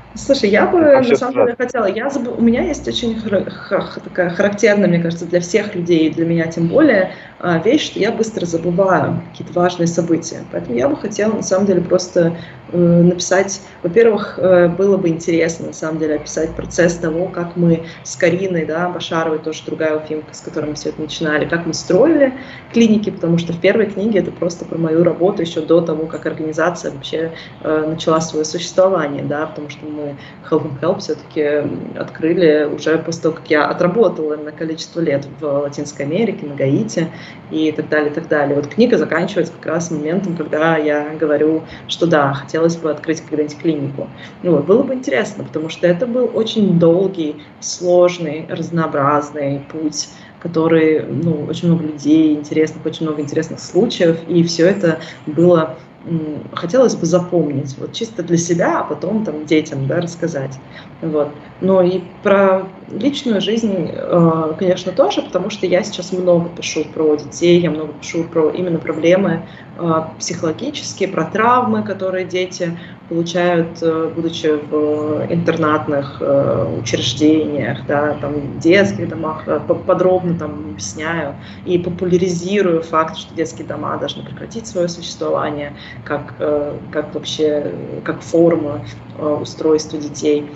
Слушай, я бы Или там на все самом деле сразу? хотела, у меня есть очень такая характерная, мне кажется, для всех людей, и для меня тем более, вещь, что я быстро забываю какие-то важные события. Поэтому я бы хотела на самом деле просто написать, во-первых, было бы интересно на самом деле описать процесс того, как мы с Кариной, да, Башаровой, тоже другая уфимка, с которой мы все это начинали, как мы строили клиники, потому что в первой книге это просто про мою работу еще до того, как организация вообще начала свое существование, да, потому что мы Health and Help все-таки открыли уже после того, как я отработала на количество лет в Латинской Америке, на Гаити и так далее, и так далее. Вот книга заканчивается как раз моментом, когда я говорю, что да, хотелось бы открыть когда-нибудь клинику. Ну, вот, было бы интересно, потому что это был очень долгий, сложный, разнообразный путь, который, ну, очень много людей интересных, очень много интересных случаев, и все это было хотелось бы запомнить, вот чисто для себя, а потом там детям, да, рассказать. Вот. Но и про личную жизнь, конечно, тоже, потому что я сейчас много пишу про детей, я много пишу про именно проблемы психологические, про травмы, которые дети получают, будучи в интернатных учреждениях, да, там, в детских домах, подробно там объясняю и популяризирую факт, что детские дома должны прекратить свое существование, как вообще, как форма устройства детей.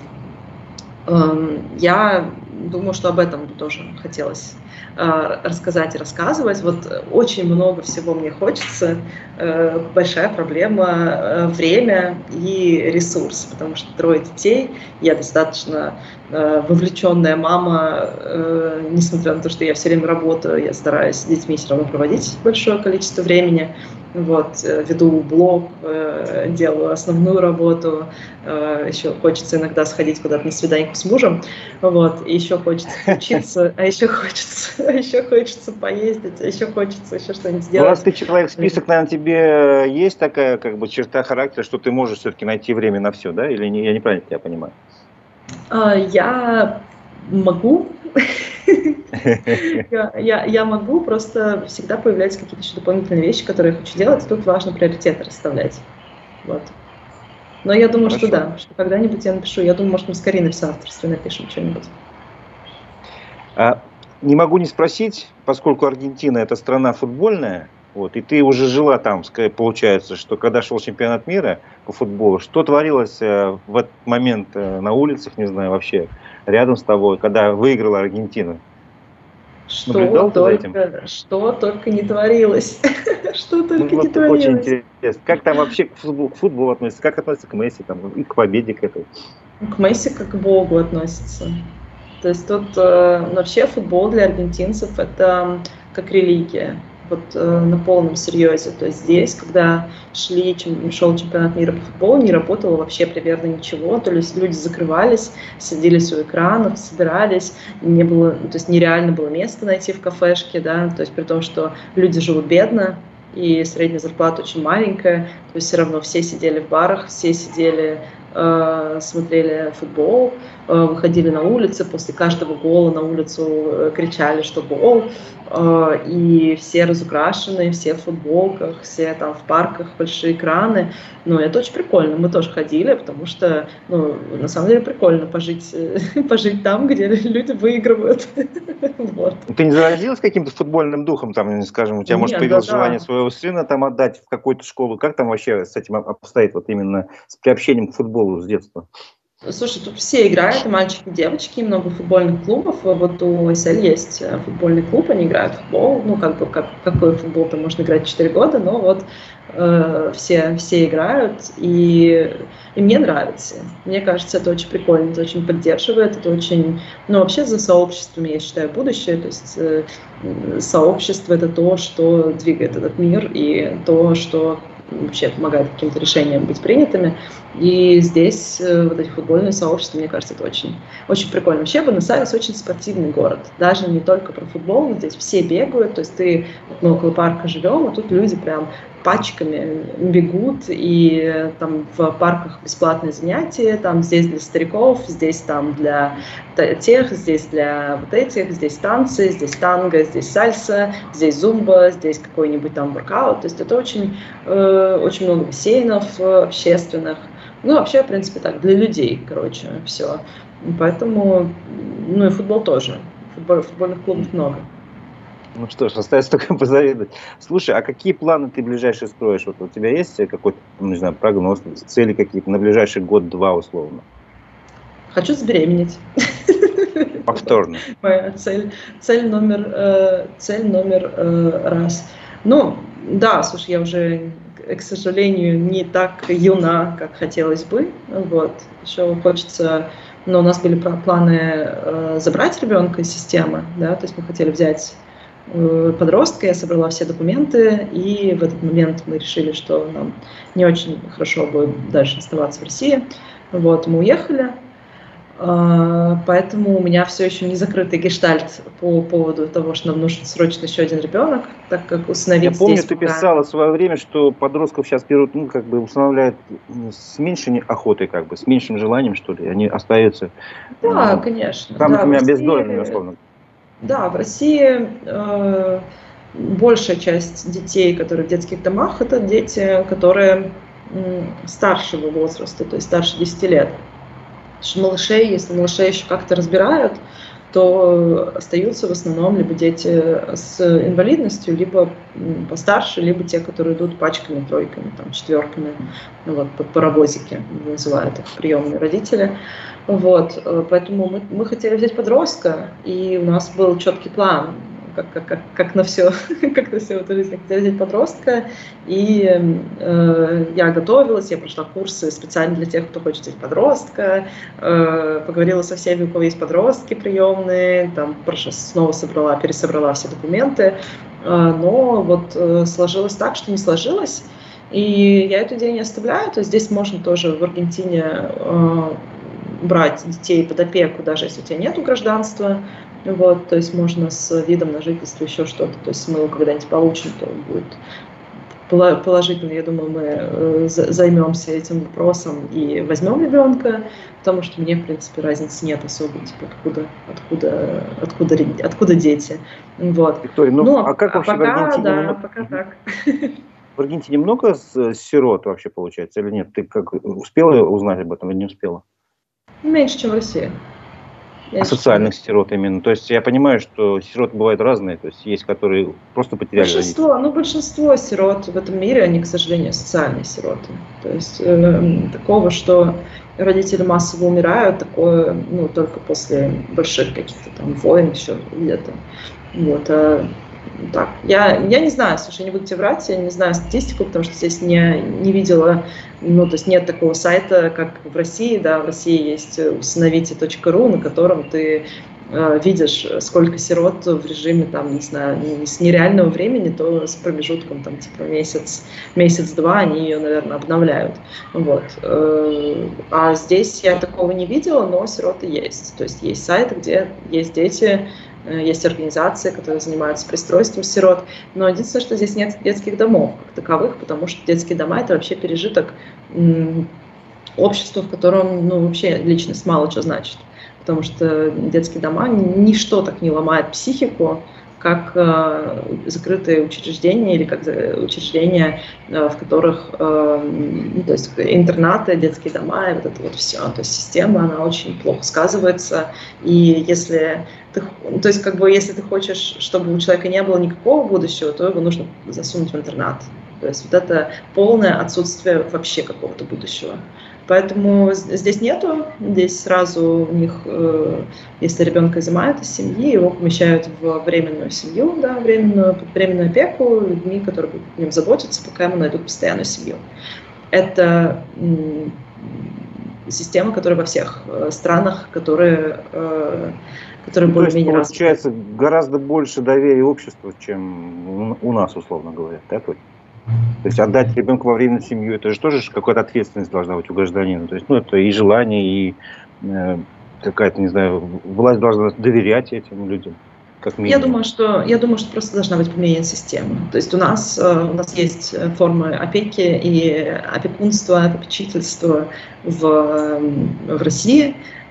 Я думаю, что об этом тоже хотелось рассказать и рассказывать. Вот очень много всего мне хочется. Большая проблема время и ресурс, потому что 3 детей, я достаточно вовлеченная мама, несмотря на то, что я все время работаю, я стараюсь с детьми все равно проводить большое количество времени. Вот, веду блог, делаю основную работу, еще хочется иногда сходить куда-то на свиданьку с мужем, вот, и еще хочется учиться, а еще хочется поездить, а еще хочется еще что-нибудь Ну, раз сделать. ты человек-список, наверное, тебе есть такая как бы черта характера, что ты можешь все-таки найти время на все, да? Или не, я неправильно тебя понимаю? Я могу, я могу, просто всегда появляются какие-то еще дополнительные вещи, которые я хочу делать, и тут важно приоритеты расставлять. Вот. Но я думаю, что Хорошо. да, что когда-нибудь я напишу. Я думаю, может, мы с Кариной в соавторстве напишем что-нибудь. Не могу не спросить, поскольку Аргентина это страна футбольная, вот, и ты уже жила там, получается, что когда шел чемпионат мира по футболу, что творилось в этот момент на улицах, не знаю, вообще рядом с тобой, когда выиграла Аргентина? Наблюдал ты за этим? Что только не творилось. Что Ну, только не вот очень творилось. интересно, как там вообще к футболу относится, как относится к Месси там, и к победе к этой? К Месси как к Богу относится. То есть тут вообще футбол для аргентинцев это как религия. Вот на полном серьезе. То есть здесь, когда шел чемпионат мира по футболу, не работало вообще примерно ничего. То есть люди закрывались, садились у экранов, собирались. Не было, то есть нереально было место найти в кафешке, да, то есть при том, что люди живут бедно, и средняя зарплата очень маленькая, то есть все равно все сидели в барах, все сидели, смотрели футбол, выходили на улицы, после каждого гола на улицу кричали, что гол, и все разукрашены, все в футболках, все там в парках, большие экраны. Ну, это очень прикольно, мы тоже ходили, потому что, ну, на самом деле прикольно пожить там, где люди выигрывают. Вот. Ты не заразилась каким-то футбольным духом, там, скажем, у тебя, может, Нет, появилось желание да-да. своего сына там отдать в какую-то школу? Как там вообще с этим обстоит, вот именно с приобщением к футболу с детства? Слушай, тут все играют, и мальчики, и девочки, и много футбольных клубов. Вот у СЛ есть футбольный клуб, они играют в футбол. Ну, как бы, какой футбол там можно играть 4 года, но вот все играют, и мне нравится. Мне кажется, это очень прикольно, это очень поддерживает, это очень... Ну, вообще за сообществами, я считаю, будущее. То есть сообщество — это то, что двигает этот мир, и то, что вообще помогает каким-то решениям быть принятыми. И здесь вот эти футбольные сообщества, мне кажется, это очень, очень прикольно. Вообще Буэнос-Айрес очень спортивный город. Даже не только про футбол, но здесь все бегают. То есть мы около парка живем, а тут люди прям пачками бегут, и там в парках бесплатные занятия, там здесь для стариков, здесь там для тех, здесь для вот этих, здесь танцы, здесь танго, здесь сальса, здесь зумба, здесь какой-нибудь там воркаут. То есть это очень много бассейнов общественных, Ну, вообще, в принципе, так, для людей, короче, все. Поэтому, ну и футбол тоже. Футбольных клубов много. Ну что ж, остается только позавидовать. Слушай, а какие планы ты ближайшие строишь? Вот у тебя есть какой-то, не знаю, прогноз, цели какие-то на ближайший год-два условно? Хочу забеременеть. Повторно. Моя цель номер раз. Ну, да, слушай, я уже, к сожалению, не так юна, как хотелось бы. Вот. Еще хочется... Но у нас были планы забрать ребенка из системы, да, то есть мы хотели взять подростка, я собрала все документы, и в этот момент мы решили, что нам не очень хорошо будет дальше оставаться в России. Вот, мы уехали. Поэтому у меня все еще не закрытый гештальт по поводу того, что нам нужен срочно еще один ребенок, так как усыновить Я помню, здесь ты пока... писала в свое время, что подростков сейчас берут, ну, как бы усыновляют с меньшей охотой, как бы, с меньшим желанием, что ли, они остаются Да, конечно. Да, самыми обездоленными, условно. Да, в России большая часть детей, которые в детских домах, это дети, которые старшего возраста, то есть старше 10 лет. Что малышей, если малышей еще как-то разбирают, то остаются в основном либо дети с инвалидностью, либо постарше, либо те, которые идут пачками, тройками, там, четверками, ну, вот, под паровозики называют их приемные родители. Вот, поэтому мы хотели взять подростка, и у нас был четкий план, как на все, как на все в этой жизни. Хотели взять подростка, и я готовилась, я прошла курсы специально для тех, кто хочет взять подростка, поговорила со всеми, у кого есть подростки приемные, там снова пересобрала все документы, но вот сложилось так, что не сложилось, и я эту идею не оставляю, то есть здесь можно тоже в Аргентине брать детей под опеку, даже если у тебя нет гражданства. Вот, то есть можно с видом на жительство еще что-то. То есть мы его когда-нибудь получим, то будет положительно. Я думаю, мы займемся этим вопросом и возьмем ребенка, потому что мне, в принципе, разницы нет особо, типа, откуда дети. Вот. Виктория, а как вообще пока, в Аргентине? Да, пока так. В Аргентине много сирот вообще получается или нет? Ты как успела узнать об этом или не успела? Меньше, чем в России. Социальных сирот именно. То есть я понимаю, что сироты бывают разные, то есть которые просто потеряли родителей. Большинство сирот в этом мире, они, к сожалению, социальные сироты. То есть такого, что родители массово умирают, такое, ну, только после больших каких-то там войн еще где-то. Вот, так. Я не знаю, слушай, не буду тебе врать, я не знаю статистику, потому что здесь не видела, ну, то есть нет такого сайта, как в России, да, в России есть усыновите.ру, на котором ты видишь, сколько сирот в режиме, там, не знаю, не с нереального времени, то с промежутком, там, типа, месяц-два они ее, наверное, обновляют, вот. А здесь я такого не видела, но сироты есть, то есть есть сайты, где есть дети, есть организации, которые занимаются пристройством сирот, но единственное, что здесь нет детских домов как таковых, потому что детские дома – это вообще пережиток общества, в котором, ну, вообще личность мало что значит, потому что детские дома ничто так не ломает психику, как закрытые учреждения или как учреждения, в которых, ну, то есть интернаты, детские дома и вот это вот все. То есть система, она очень плохо сказывается. И если ты, то есть как бы если ты хочешь, чтобы у человека не было никакого будущего, то его нужно засунуть в интернат. То есть вот это полное отсутствие вообще какого-то будущего. Поэтому здесь нету, здесь сразу у них, если ребенка изымают из семьи, его помещают в временную семью, да, временную опеку людьми, которые будут о нем заботиться, пока ему найдут постоянную семью. Это система, которая во всех странах, которые более-менее развиты. Получается гораздо больше доверия обществу, чем у нас, условно говоря, так вот? То есть отдать ребенка во временную семью, это же тоже какая-то ответственность должна быть у гражданина. То есть, ну, это и желание, и какая-то, не знаю, власть должна доверять этим людям, как минимум. Я думаю, что просто должна быть поменена система. То есть у нас есть формы опеки и опекунства, попечительства в России.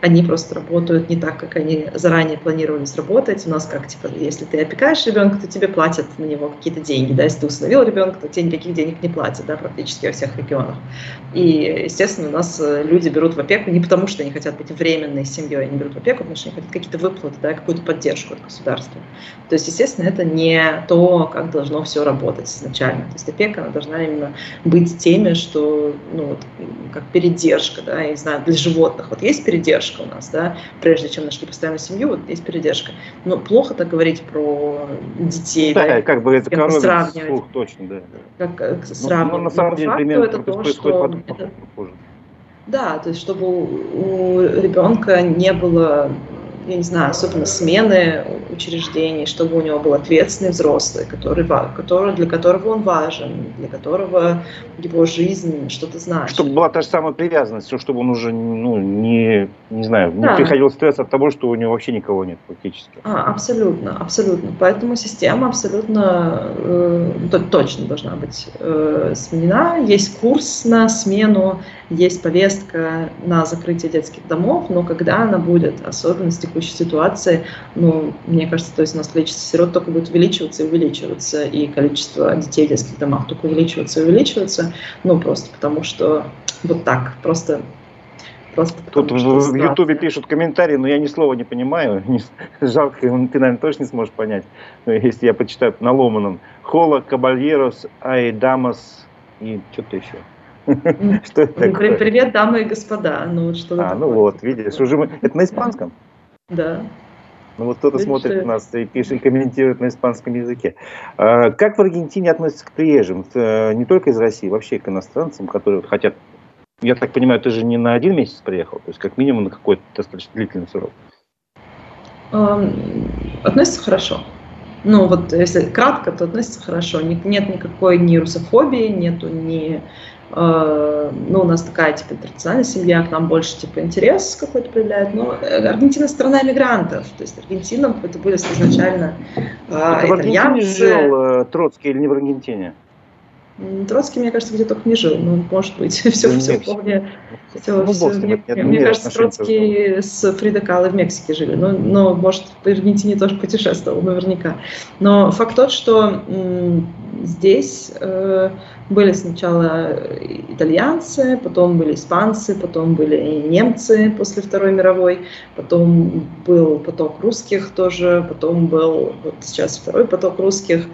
они просто работают не так, как они заранее планировали сработать. У нас как, типа, если ты опекаешь ребенка, то тебе платят на него какие-то деньги, да, если ты усыновил ребенка, то тебе никаких денег не платят, да, практически во всех регионах. И, естественно, у нас люди берут в опеку не потому, что они хотят быть временной семьей, они берут в опеку, потому что они хотят какие-то выплаты, да, какую-то поддержку от государства. То есть, естественно, это не то, как должно все работать изначально. То есть опека, она должна именно быть теми, что, ну, вот, как передержка, да, я не знаю, для животных. Вот есть передержка у нас, да, прежде чем нашли постоянную семью, вот есть передержка. Но плохо так говорить про детей, Да, да, как бы это коровец сравнивать. слух, точно, да. Как Но сравнивать. на самом деле По факту примерно это то, происходит что похоже. да, то есть чтобы у ребенка не было, я не знаю, особенно смены учреждений, чтобы у него был ответственный взрослый, для которого он важен, для которого его жизнь что-то значит. Чтобы была та же самая привязанность, чтобы он уже, ну, не знаю, не Да. приходил стресс от того, что у него вообще никого нет фактически. Абсолютно, абсолютно. Поэтому система абсолютно точно должна быть сменена. Есть курс на смену, есть повестка на закрытие детских домов, но когда она будет, особенно с текущей ситуации, ну, мне кажется, то есть у нас количество сирот только будет увеличиваться и увеличиваться, и количество детей в детских домах только увеличиваться и увеличиваться, ну, просто потому что вот так, просто Тут потому, в Ютубе пишут комментарии, но я ни слова не понимаю. Жалко, ты, наверное, тоже не сможешь понять. Но если я почитаю на ломаном. Хола, кабальерос, ай, дамас и что-то еще. Что это такое? Привет, дамы и господа. Ну, вот что такое. Ну вот, видишь, уже это на испанском? Да. Ну вот кто-то смотрит нас и пишет, и комментирует на испанском языке. Как в Аргентине относятся к приезжим? Не только из России, вообще к иностранцам, которые хотят... Я так понимаю, ты же не на 1 месяц приехал, то есть как минимум на какой-то достаточно длительный срок. Относятся хорошо. Ну вот если кратко, то относятся хорошо. Нет никакой ни русофобии, нету ни... ну, у нас такая, типа, традиционная семья, к нам больше, типа, интерес какой-то проявляет. Но Аргентина страна мигрантов. То есть Аргентина, это были изначально Это в Аргентине жил Троцкий или не в Аргентине? Троцкий, мне кажется, где только не жил, но может быть, все вполне. Мне кажется, Троцкий с Фридой Калло в Мексике жили, но может в Аргентине тоже путешествовал, наверняка. Но факт тот, что здесь были сначала итальянцы, потом были испанцы, потом были немцы после Второй мировой, потом был поток русских тоже, потом был вот сейчас второй поток русских.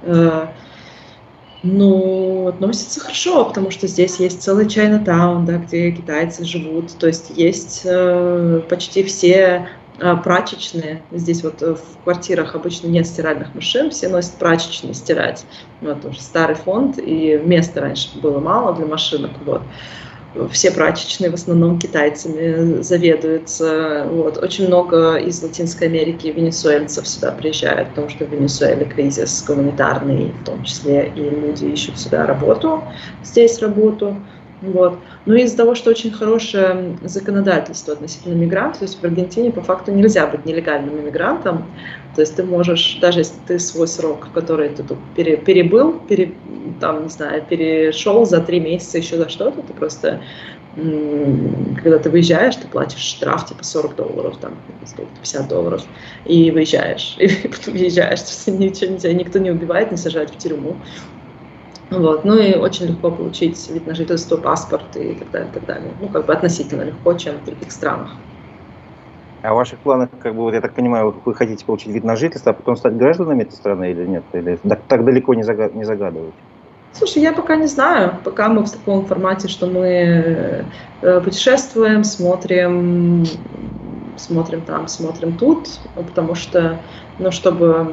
Ну, относятся хорошо, потому что здесь есть целый Чайнатаун, да, где китайцы живут, то есть есть почти все прачечные. Здесь вот в квартирах обычно нет стиральных машин, все носят прачечные стирать. Вот уже старый фонд, и места раньше было мало для машинок, вот. Все прачечные в основном китайцами заведуются. Вот. Очень много из Латинской Америки венесуэльцев сюда приезжают, потому что в Венесуэле кризис гуманитарный, в том числе и люди ищут сюда работу, здесь работу. Вот. Но из-за того, что очень хорошее законодательство относительно мигрантов, то есть в Аргентине по факту нельзя быть нелегальным иммигрантом, то есть ты можешь, даже если ты свой срок, который ты тут перебыл, там, не знаю, перешел за 3 месяца еще за что-то, ты просто, когда ты выезжаешь, ты платишь штраф типа $40, там, $50, и выезжаешь, и потом въезжаешь, то есть тебя никто не убивает, не сажает в тюрьму. Вот. Ну и очень легко получить вид на жительство, паспорт и так далее, так далее. Ну, как бы относительно легко, чем в других странах. А в ваших планах, как бы, вот я так понимаю, вы хотите получить вид на жительство, а потом стать гражданами этой страны или нет? Или так далеко не загадываете? Слушай, я пока не знаю. Пока мы в таком формате, что мы путешествуем, смотрим там, смотрим тут, потому что, ну, чтобы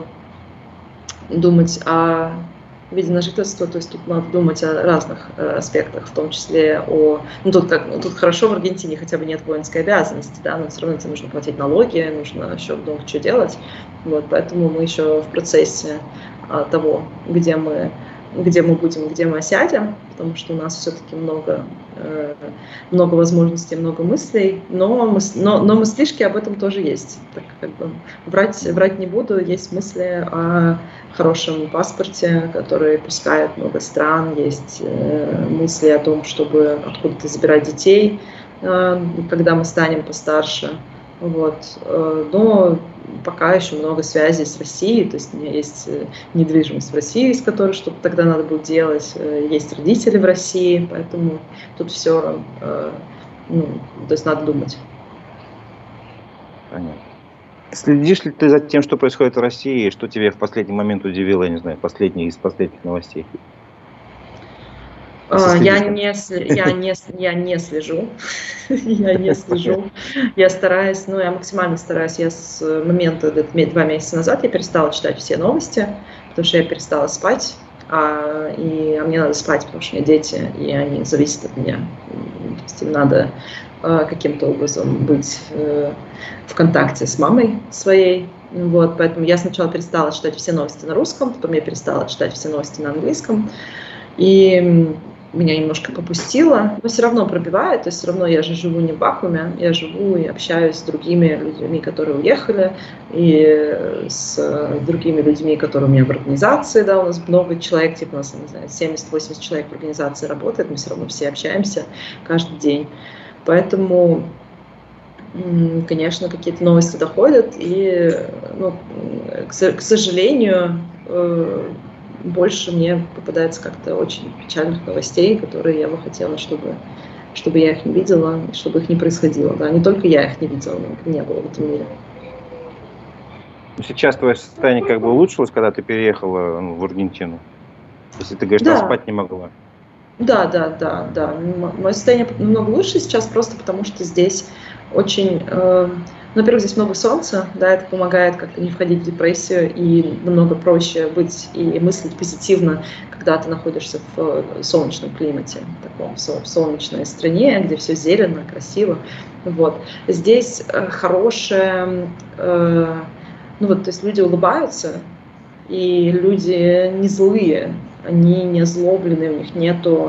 думать о виде на жительство, то есть тут надо думать о разных аспектах, в том числе о... Ну, тут хорошо в Аргентине хотя бы нет воинской обязанности, да, но все равно тебе нужно платить налоги, нужно еще много чего делать. Вот, поэтому мы еще в процессе того, где мы будем, где мы осядем, потому что у нас все-таки много возможностей, много мыслей, но мыслишки об этом тоже есть. Так, как бы, врать не буду, есть мысли о хорошем паспорте, который пускает много стран, есть мысли о том, чтобы откуда-то забирать детей, когда мы станем постарше. Вот. Но пока еще много связей с Россией, то есть у меня есть недвижимость в России, с которой что-то тогда надо было делать, есть родители в России, поэтому тут все, ну, то есть надо думать. Понятно. Следишь ли ты за тем, что происходит в России, что тебя в последний момент удивило, я не знаю, из последних новостей? Я не слежу. Я не слежу. Я стараюсь, я максимально стараюсь. Я с момента 2 месяца назад я перестала читать все новости, потому что я перестала спать. А мне надо спать, потому что у меня дети, и они зависят от меня. То есть им надо каким-то образом быть в контакте с мамой своей. Вот, поэтому я сначала перестала читать все новости на русском, потом я перестала читать все новости на английском. И меня немножко попустило, но все равно пробивает, то есть все равно я же живу не в вакууме, я живу и общаюсь с другими людьми, которые уехали, и с другими людьми, которые у меня в организации, да, у нас много человек, типа у нас, не знаю, 70-80 человек в организации работает, мы все равно все общаемся каждый день, поэтому, конечно, какие-то новости доходят, и, к сожалению, больше мне попадается как-то очень печальных новостей, которые я бы хотела, чтобы я их не видела, чтобы их не происходило. Да? Не только я их не видела, но их не было в этом мире. Сейчас твое состояние как бы улучшилось, когда ты переехала в Аргентину? Если ты говоришь, что спать не могла. Да. Мое состояние намного лучше сейчас просто потому, что здесь очень... во-первых, здесь много солнца, да, это помогает как-то не входить в депрессию, и намного проще быть и мыслить позитивно, когда ты находишься в солнечном климате, в солнечной стране, где все зелено, красиво. Вот. Здесь хорошее, то есть люди улыбаются, и люди не злые, они не озлобленные, у них нету,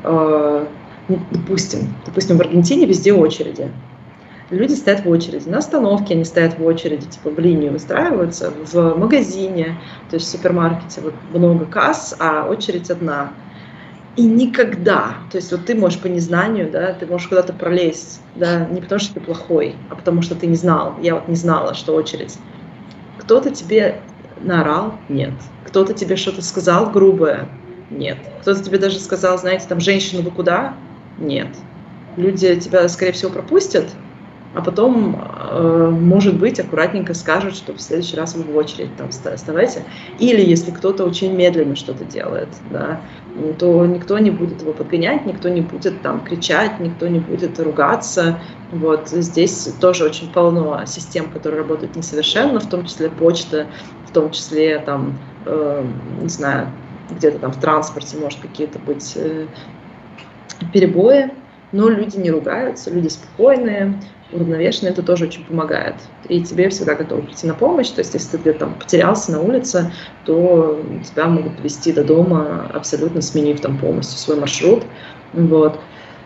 допустим, в Аргентине везде очереди. Люди стоят в очереди, на остановке они стоят в очереди, типа в линию выстраиваются, в магазине, то есть в супермаркете вот много касс, а очередь одна. И никогда, то есть вот ты можешь по незнанию, да, ты можешь куда-то пролезть, да, не потому что ты плохой, а потому что ты не знал. Я вот не знала, что очередь. Кто-то тебе наорал? Нет. Кто-то тебе что-то сказал грубое? Нет. Кто-то тебе даже сказал, знаете, там, женщина, вы куда? Нет. Люди тебя, скорее всего, пропустят, а потом, может быть, аккуратненько скажут, что в следующий раз вы в очередь там вставайте. Или если кто-то очень медленно что-то делает, да, то никто не будет его подгонять, никто не будет там кричать, никто не будет ругаться. Вот здесь тоже очень полно систем, которые работают несовершенно, в том числе почта, в том числе там, не знаю, где-то там в транспорте может какие-то быть перебои, но люди не ругаются, люди спокойные, уравновешенные, это тоже очень помогает. И тебе всегда готовы прийти на помощь. То есть, если ты где-то там потерялся на улице, то тебя могут довести до дома, абсолютно сменив там полностью свой маршрут. Вот.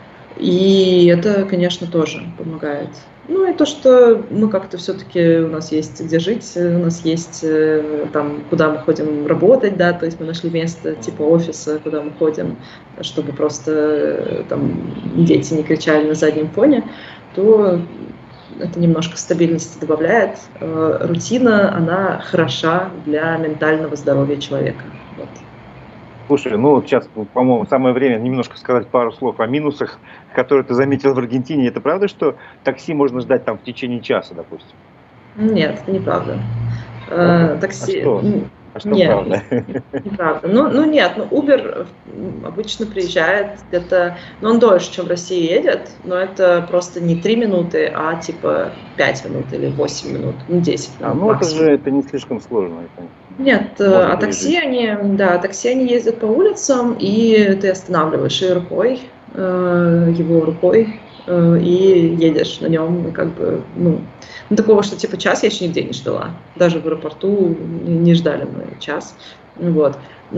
И это, конечно, тоже помогает. Ну и то, что мы как-то все-таки, у нас есть где жить, у нас есть там, куда мы ходим работать, да, то есть мы нашли место типа офиса, куда мы ходим, чтобы просто там дети не кричали на заднем фоне, то это немножко стабильности добавляет. Рутина, она хороша для ментального здоровья человека. Вот. Слушай, сейчас, по-моему, самое время немножко сказать пару слов о минусах, которые ты заметил в Аргентине. Это правда, что такси можно ждать там в течение часа, допустим? Нет, это неправда. Такси... А что правда? Неправда. Нет, Uber обычно приезжает где-то, он дольше, чем в России едет, но это просто не 3 минуты, а типа 5 минут или 8 минут, 10 минут. Это не слишком сложно. Нет, такси они ездят по улицам, и ты останавливаешь его рукой, и едешь на нем, и как бы, такого, что типа час я еще нигде не ждала. Даже в аэропорту не ждали мы час. Вот.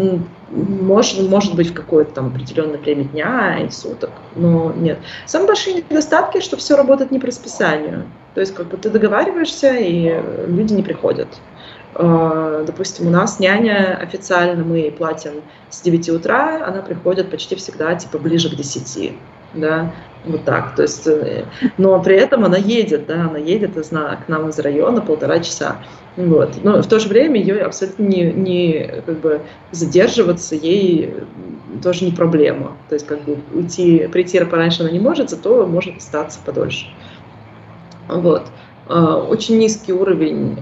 Может быть, в какое-то там определенное время дня и суток, но нет. Самые большие недостатки, что все работает не по расписанию. То есть как бы ты договариваешься, и люди не приходят. Допустим, у нас няня официально мы ей платим с 9 утра, она приходит почти всегда типа ближе к 10. Да? Вот так, то есть, но при этом она едет, да, она едет к нам из района 1,5 часа. Вот. Но в то же время ее абсолютно не как бы задерживаться ей тоже не проблема. То есть как бы прийти пораньше она не может, зато может остаться подольше. Вот. Очень низкий уровень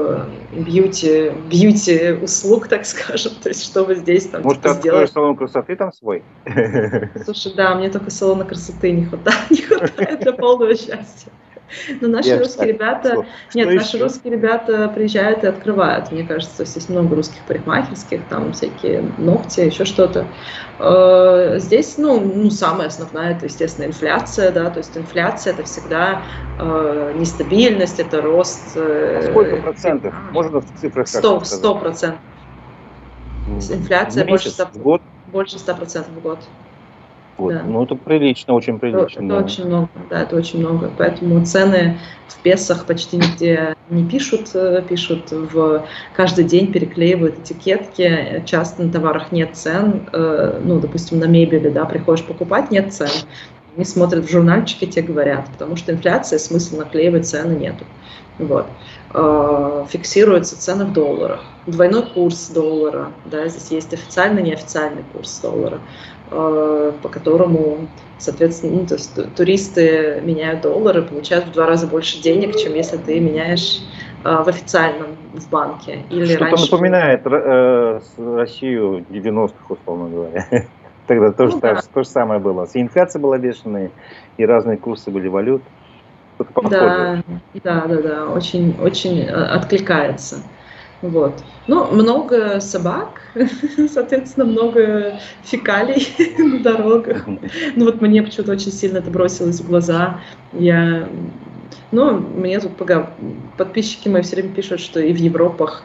бьюти-услуг, так скажем. То есть, что вы здесь там Может, ты откроешь салон красоты там свой? Слушай, да, мне только салона красоты не хватает для полного счастья. Но наши русские ребята, наши русские ребята приезжают и открывают. Мне кажется, то есть есть много русских парикмахерских, там всякие ногти, еще что-то. Здесь, самая основная, это, естественно, инфляция, да, то есть инфляция это всегда нестабильность, это рост. Сколько процентов? Можно в цифрах как-то сказать? 100%. Инфляция больше 100%. Больше 100% в год. Вот. Да. Ну, это прилично, очень прилично. Это очень много, да, это очень много. Поэтому цены в песах почти нигде не пишут. Каждый день переклеивают этикетки. Часто на товарах нет цен. Допустим, на мебели, да, приходишь покупать, нет цен. Они смотрят в журнальчике, тебе говорят, потому что инфляция, смысла наклеивать цены нету. Вот. Фиксируются цены в долларах. Двойной курс доллара, да, здесь есть официальный и неофициальный курс доллара, по которому, соответственно, то есть туристы меняют доллары, получают в 2 раза больше денег, чем если ты меняешь в официальном, в банке. Что-то напоминает Россию 90-х, условно говоря. Тогда то же самое было. И инфляция была бешеная, и разные курсы были валют. Да, очень, очень откликается. Вот. Много собак, соответственно, много фекалий на дорогах. Мне почему-то очень сильно это бросилось в глаза. Мне тут подписчики мои все время пишут, что и в Европах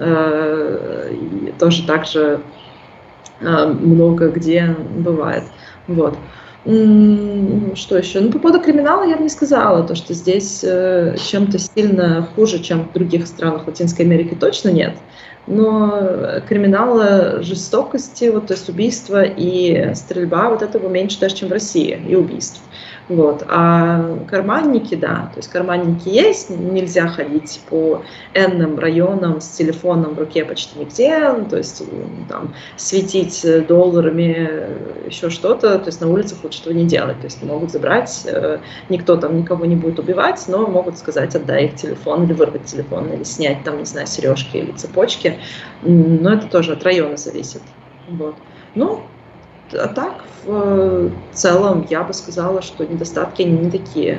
тоже так же много где бывает. Вот. Что еще? По поводу криминала я бы не сказала, то, что здесь чем-то сильно хуже, чем в других странах Латинской Америки, точно нет. Но криминала, жестокости, то есть убийства и стрельба, этого меньше даже, чем в России, и убийств. Вот. А карманники, да, то есть карманники есть, нельзя ходить по энным районам с телефоном в руке почти нигде, то есть там светить долларами, еще что-то, то есть на улицах лучше этого не делать, то есть могут забрать, никто там никого не будет убивать, но могут сказать, отдай их телефон, или вырвать телефон, или снять там, не знаю, сережки или цепочки, но это тоже от района зависит. Вот. А так, в целом, я бы сказала, что недостатки не такие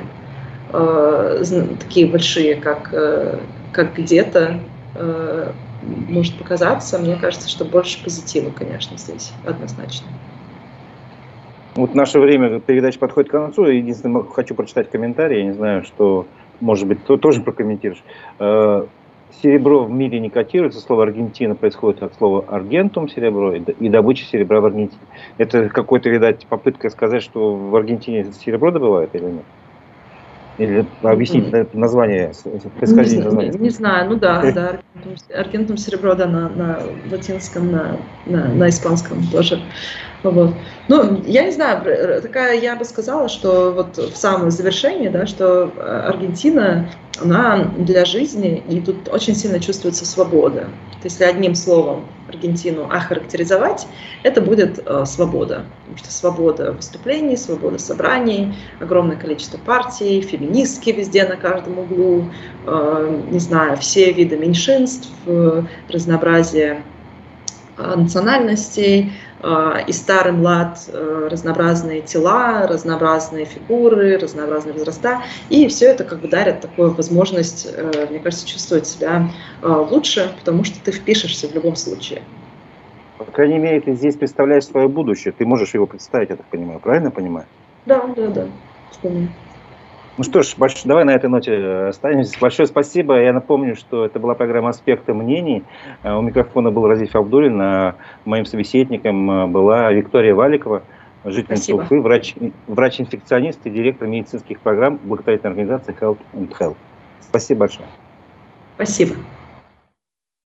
большие, как где-то может показаться. Мне кажется, что больше позитива, конечно, здесь, однозначно. Вот наше время передачи подходит к концу. Единственное, хочу прочитать комментарий. Я не знаю, что, может быть, ты тоже прокомментируешь. Серебро в мире не котируется, слово Аргентина происходит от слова аргентум, серебро, и добыча серебра в Аргентине. Это какой-то, видать, попытка сказать, что в Аргентине серебро добывают или нет? Или объяснить название, происхождение названия? Не знаю, да, аргентум серебро, да, на латинском, на испанском тоже. Вот. Я не знаю, я бы сказала, что вот в самом завершении, да, что Аргентина, она для жизни, и тут очень сильно чувствуется свобода. То есть, если одним словом Аргентину охарактеризовать, это будет свобода. Потому что свобода выступлений, свобода собраний, огромное количество партий, феминистки везде на каждом углу, не знаю, все виды меньшинств, разнообразие национальностей, и старый млад, разнообразные тела, разнообразные фигуры, разнообразные возраста. И все это дарит такую возможность, мне кажется, чувствовать себя лучше, потому что ты впишешься в любом случае. По крайней мере, ты здесь представляешь свое будущее. Ты можешь его представить, я так понимаю. Правильно понимаю? Да. Вспомню. Ну что ж, давай на этой ноте останемся. Большое спасибо. Я напомню, что это была программа «Аспекты мнений». У микрофона был Разиф Абдуллин, а моим собеседником была Виктория Валикова, жительница Уфы, врач-инфекционист и директор медицинских программ благотворительной организации Health and Health. Спасибо большое. Спасибо.